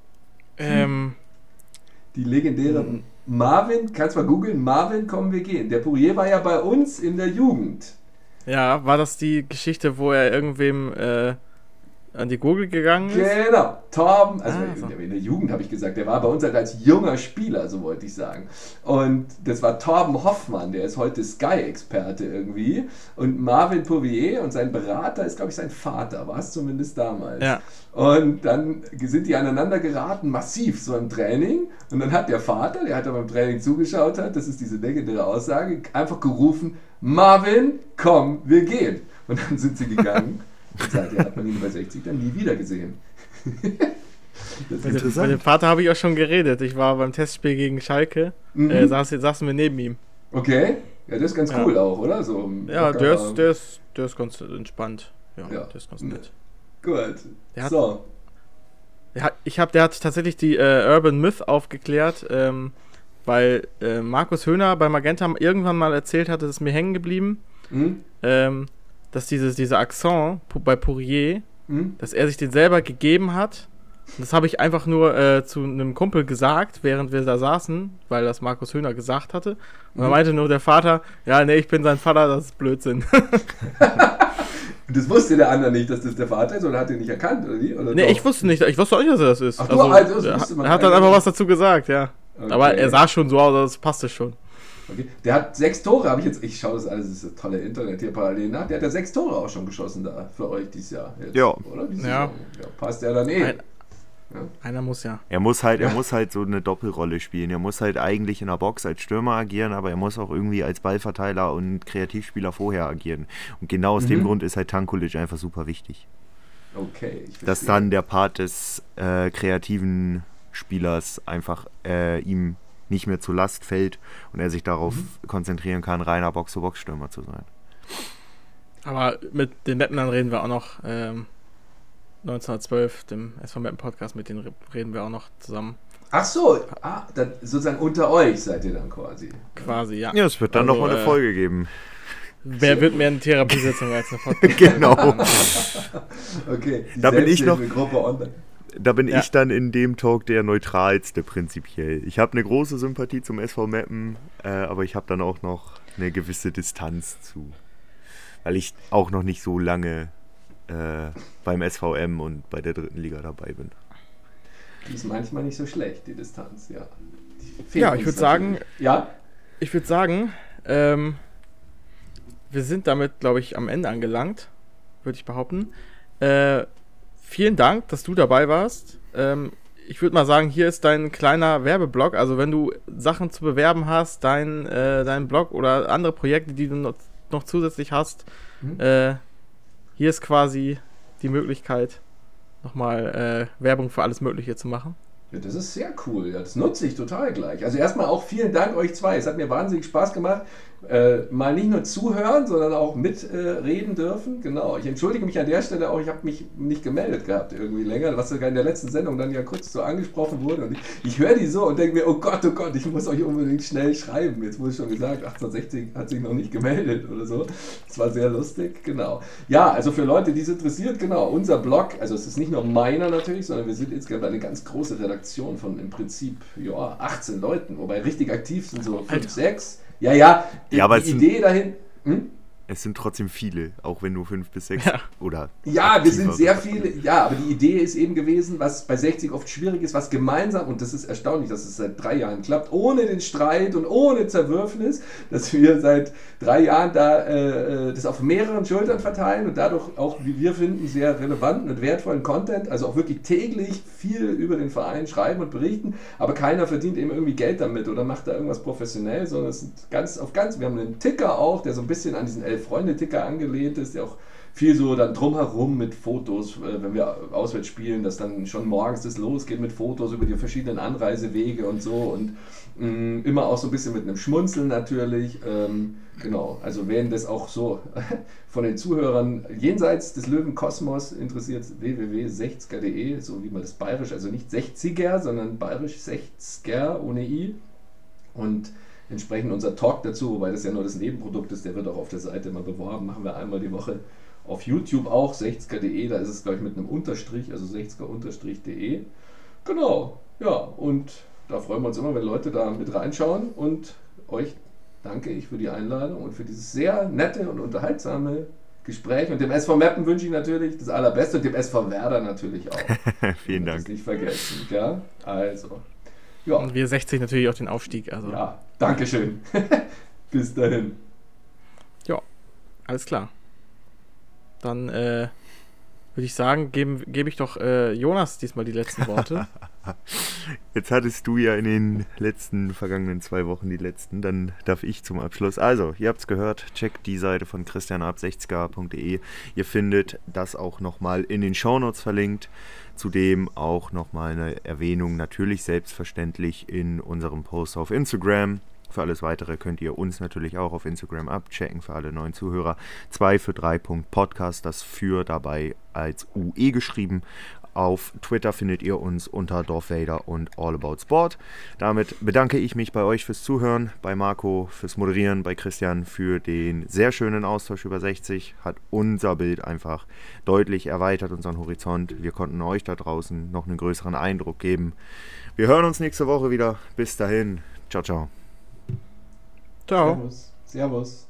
Die legendäre Marvin, kannst mal googeln, Marvin, komm, wir gehen. Der Pourier war ja bei uns in der Jugend. Ja, war das die Geschichte, wo er irgendwem an die Gurgel gegangen ist? Genau, Torben, also in der Jugend habe ich gesagt, der war bei uns halt als junger Spieler, so wollte ich sagen. Und das war Torben Hoffmann, der ist heute Sky-Experte irgendwie. Und Marvin Pourier und sein Berater ist, glaube ich, sein Vater, war es zumindest damals. Ja. Und dann sind die aneinander geraten, massiv, so im Training. Und dann hat der Vater, der beim Training zugeschaut hat, das ist diese legendäre Aussage, einfach gerufen, Marvin, komm, wir gehen. Und dann sind sie gegangen. Und seitdem hat man ihn bei 60 dann nie wieder gesehen. Mit dem Vater habe ich auch schon geredet. Ich war beim Testspiel gegen Schalke, saßen wir neben ihm. Okay, ja, das ist ganz cool auch, oder? So ja, der ist ganz entspannt. Ja, der ist ganz nett. Gut, der hat tatsächlich die Urban Myth aufgeklärt, weil Markus Höhner bei Magenta irgendwann mal erzählt hatte, das ist mir hängen geblieben, dass dieser Akzent bei Pourier, dass er sich den selber gegeben hat. Das habe ich einfach nur zu einem Kumpel gesagt, während wir da saßen, weil das Markus Höhner gesagt hatte. Und er meinte nur der Vater, ja, nee, ich bin sein Vater, das ist Blödsinn. Das wusste der andere nicht, dass das der Vater ist, oder hat er nicht erkannt, oder wie? Oder nee, doch? Ich wusste nicht, dass er das ist. Ach, er hat dann einfach was dazu gesagt, ja. Okay. Aber er sah schon so aus, das passte schon. Okay. Der hat 6 Tore, ich schaue das alles, das ist das tolle Internet hier parallel nach, der hat ja 6 Tore auch schon geschossen da für euch dieses Jahr. Jetzt, ja. Oder? Ja. Passt ja dann Ja. Einer muss ja. Er muss halt so eine Doppelrolle spielen. Er muss halt eigentlich in der Box als Stürmer agieren, aber er muss auch irgendwie als Ballverteiler und Kreativspieler vorher agieren. Und genau aus dem Grund ist halt Tankulic einfach super wichtig. Okay. Dass dann der Part des kreativen Spielers einfach ihm nicht mehr zur Last fällt und er sich darauf konzentrieren kann, reiner Box-to-Box-Stürmer zu sein. Aber mit den Meppnern reden wir auch noch 1912, dem SV Meppen Podcast, mit denen reden wir auch noch zusammen. Ach so, dann sozusagen unter euch seid ihr dann quasi. Quasi, ja. Ja, es wird dann nochmal eine Folge geben. Wer wird mehr eine Therapiesitzung als eine Podcast? Genau. Okay, da bin ich noch. Gruppe online. Da bin ich dann in dem Talk der neutralste prinzipiell. Ich habe eine große Sympathie zum SV Meppen, aber ich habe dann auch noch eine gewisse Distanz zu. Weil ich auch noch nicht so lange beim SVM und bei der 3. Liga dabei bin. Die ist manchmal nicht so schlecht, die Distanz, ja. Ja, ich würde sagen, wir sind damit, glaube ich, am Ende angelangt, würde ich behaupten. Vielen Dank, dass du dabei warst. Ich würde mal sagen, hier ist dein kleiner Werbeblock. Also wenn du Sachen zu bewerben hast, dein Blog oder andere Projekte, die du noch zusätzlich hast, hier ist quasi die Möglichkeit, nochmal Werbung für alles Mögliche zu machen. Ja, das ist sehr cool. Ja, das nutze ich total gleich. Also erstmal auch vielen Dank euch zwei. Es hat mir wahnsinnig Spaß gemacht. mal nicht nur zuhören, sondern auch mitreden dürfen. Genau, ich entschuldige mich an der Stelle auch, ich habe mich nicht gemeldet gehabt irgendwie länger, was sogar in der letzten Sendung dann ja kurz so angesprochen wurde. Und ich höre die so und denke mir, oh Gott, ich muss euch unbedingt schnell schreiben. Jetzt wurde schon gesagt, 1860 hat sich noch nicht gemeldet oder so. Das war sehr lustig, genau. Ja, also für Leute, die es interessiert, genau, unser Blog, also es ist nicht nur meiner natürlich, sondern wir sind insgesamt eine ganz große Redaktion von im Prinzip 18 Leuten, wobei richtig aktiv sind so 5, 6. Ja, aber die Idee dahin... Es sind trotzdem viele, auch wenn nur 5 bis 6 oder... Ja, wir sind sehr viele, ja, aber die Idee ist eben gewesen, was bei 60 oft schwierig ist, was gemeinsam, und das ist erstaunlich, dass es seit 3 Jahren klappt, ohne den Streit und ohne Zerwürfnis, dass wir seit 3 Jahren da das auf mehreren Schultern verteilen und dadurch auch, wie wir finden, sehr relevanten und wertvollen Content, also auch wirklich täglich viel über den Verein schreiben und berichten, aber keiner verdient eben irgendwie Geld damit oder macht da irgendwas professionell, sondern es sind wir haben einen Ticker auch, der so ein bisschen an diesen Freunde-Ticker angelehnt ist, der auch viel so dann drumherum mit Fotos, wenn wir auswärts spielen, dass dann schon morgens das losgeht mit Fotos über die verschiedenen Anreisewege und so und immer auch so ein bisschen mit einem Schmunzeln natürlich. Genau, also wenn das auch so von den Zuhörern jenseits des Löwenkosmos interessiert, www.60er.de, so wie man das bayerisch, also nicht 60er, sondern bayerisch 60er ohne I und entsprechend unser Talk dazu, wobei das ja nur das Nebenprodukt ist, der wird auch auf der Seite immer beworben, machen wir einmal die Woche. Auf YouTube auch, 60er.de, da ist es glaube ich mit einem Unterstrich, also 60er-de. Genau, ja, und da freuen wir uns immer, wenn Leute da mit reinschauen und euch danke ich für die Einladung und für dieses sehr nette und unterhaltsame Gespräch und dem SV Meppen wünsche ich natürlich das Allerbeste und dem SV Werder natürlich auch. Vielen Dank. Das nicht vergessen, ja, also. Ja. Und wir 60 natürlich auch den Aufstieg. Also. Ja, Dankeschön. Bis dahin. Ja, alles klar. Dann würde ich sagen, gebe ich doch Jonas diesmal die letzten Worte. Jetzt hattest du ja in den vergangenen 2 Wochen die letzten, dann darf ich zum Abschluss. Also, ihr habt es gehört, checkt die Seite von christianab60er.de. Ihr findet das auch nochmal in den Shownotes verlinkt. Zudem auch nochmal eine Erwähnung, natürlich selbstverständlich in unserem Post auf Instagram. Für alles Weitere könnt ihr uns natürlich auch auf Instagram abchecken, für alle neuen Zuhörer. 2für3.podcast, das für dabei als UE geschrieben. Auf Twitter findet ihr uns unter Dorfvader und All About Sport. Damit bedanke ich mich bei euch fürs Zuhören, bei Marco fürs Moderieren, bei Christian für den sehr schönen Austausch über 60. Hat unser Bild einfach deutlich erweitert, unseren Horizont. Wir konnten euch da draußen noch einen größeren Eindruck geben. Wir hören uns nächste Woche wieder. Bis dahin. Ciao, ciao. Ciao. Servus.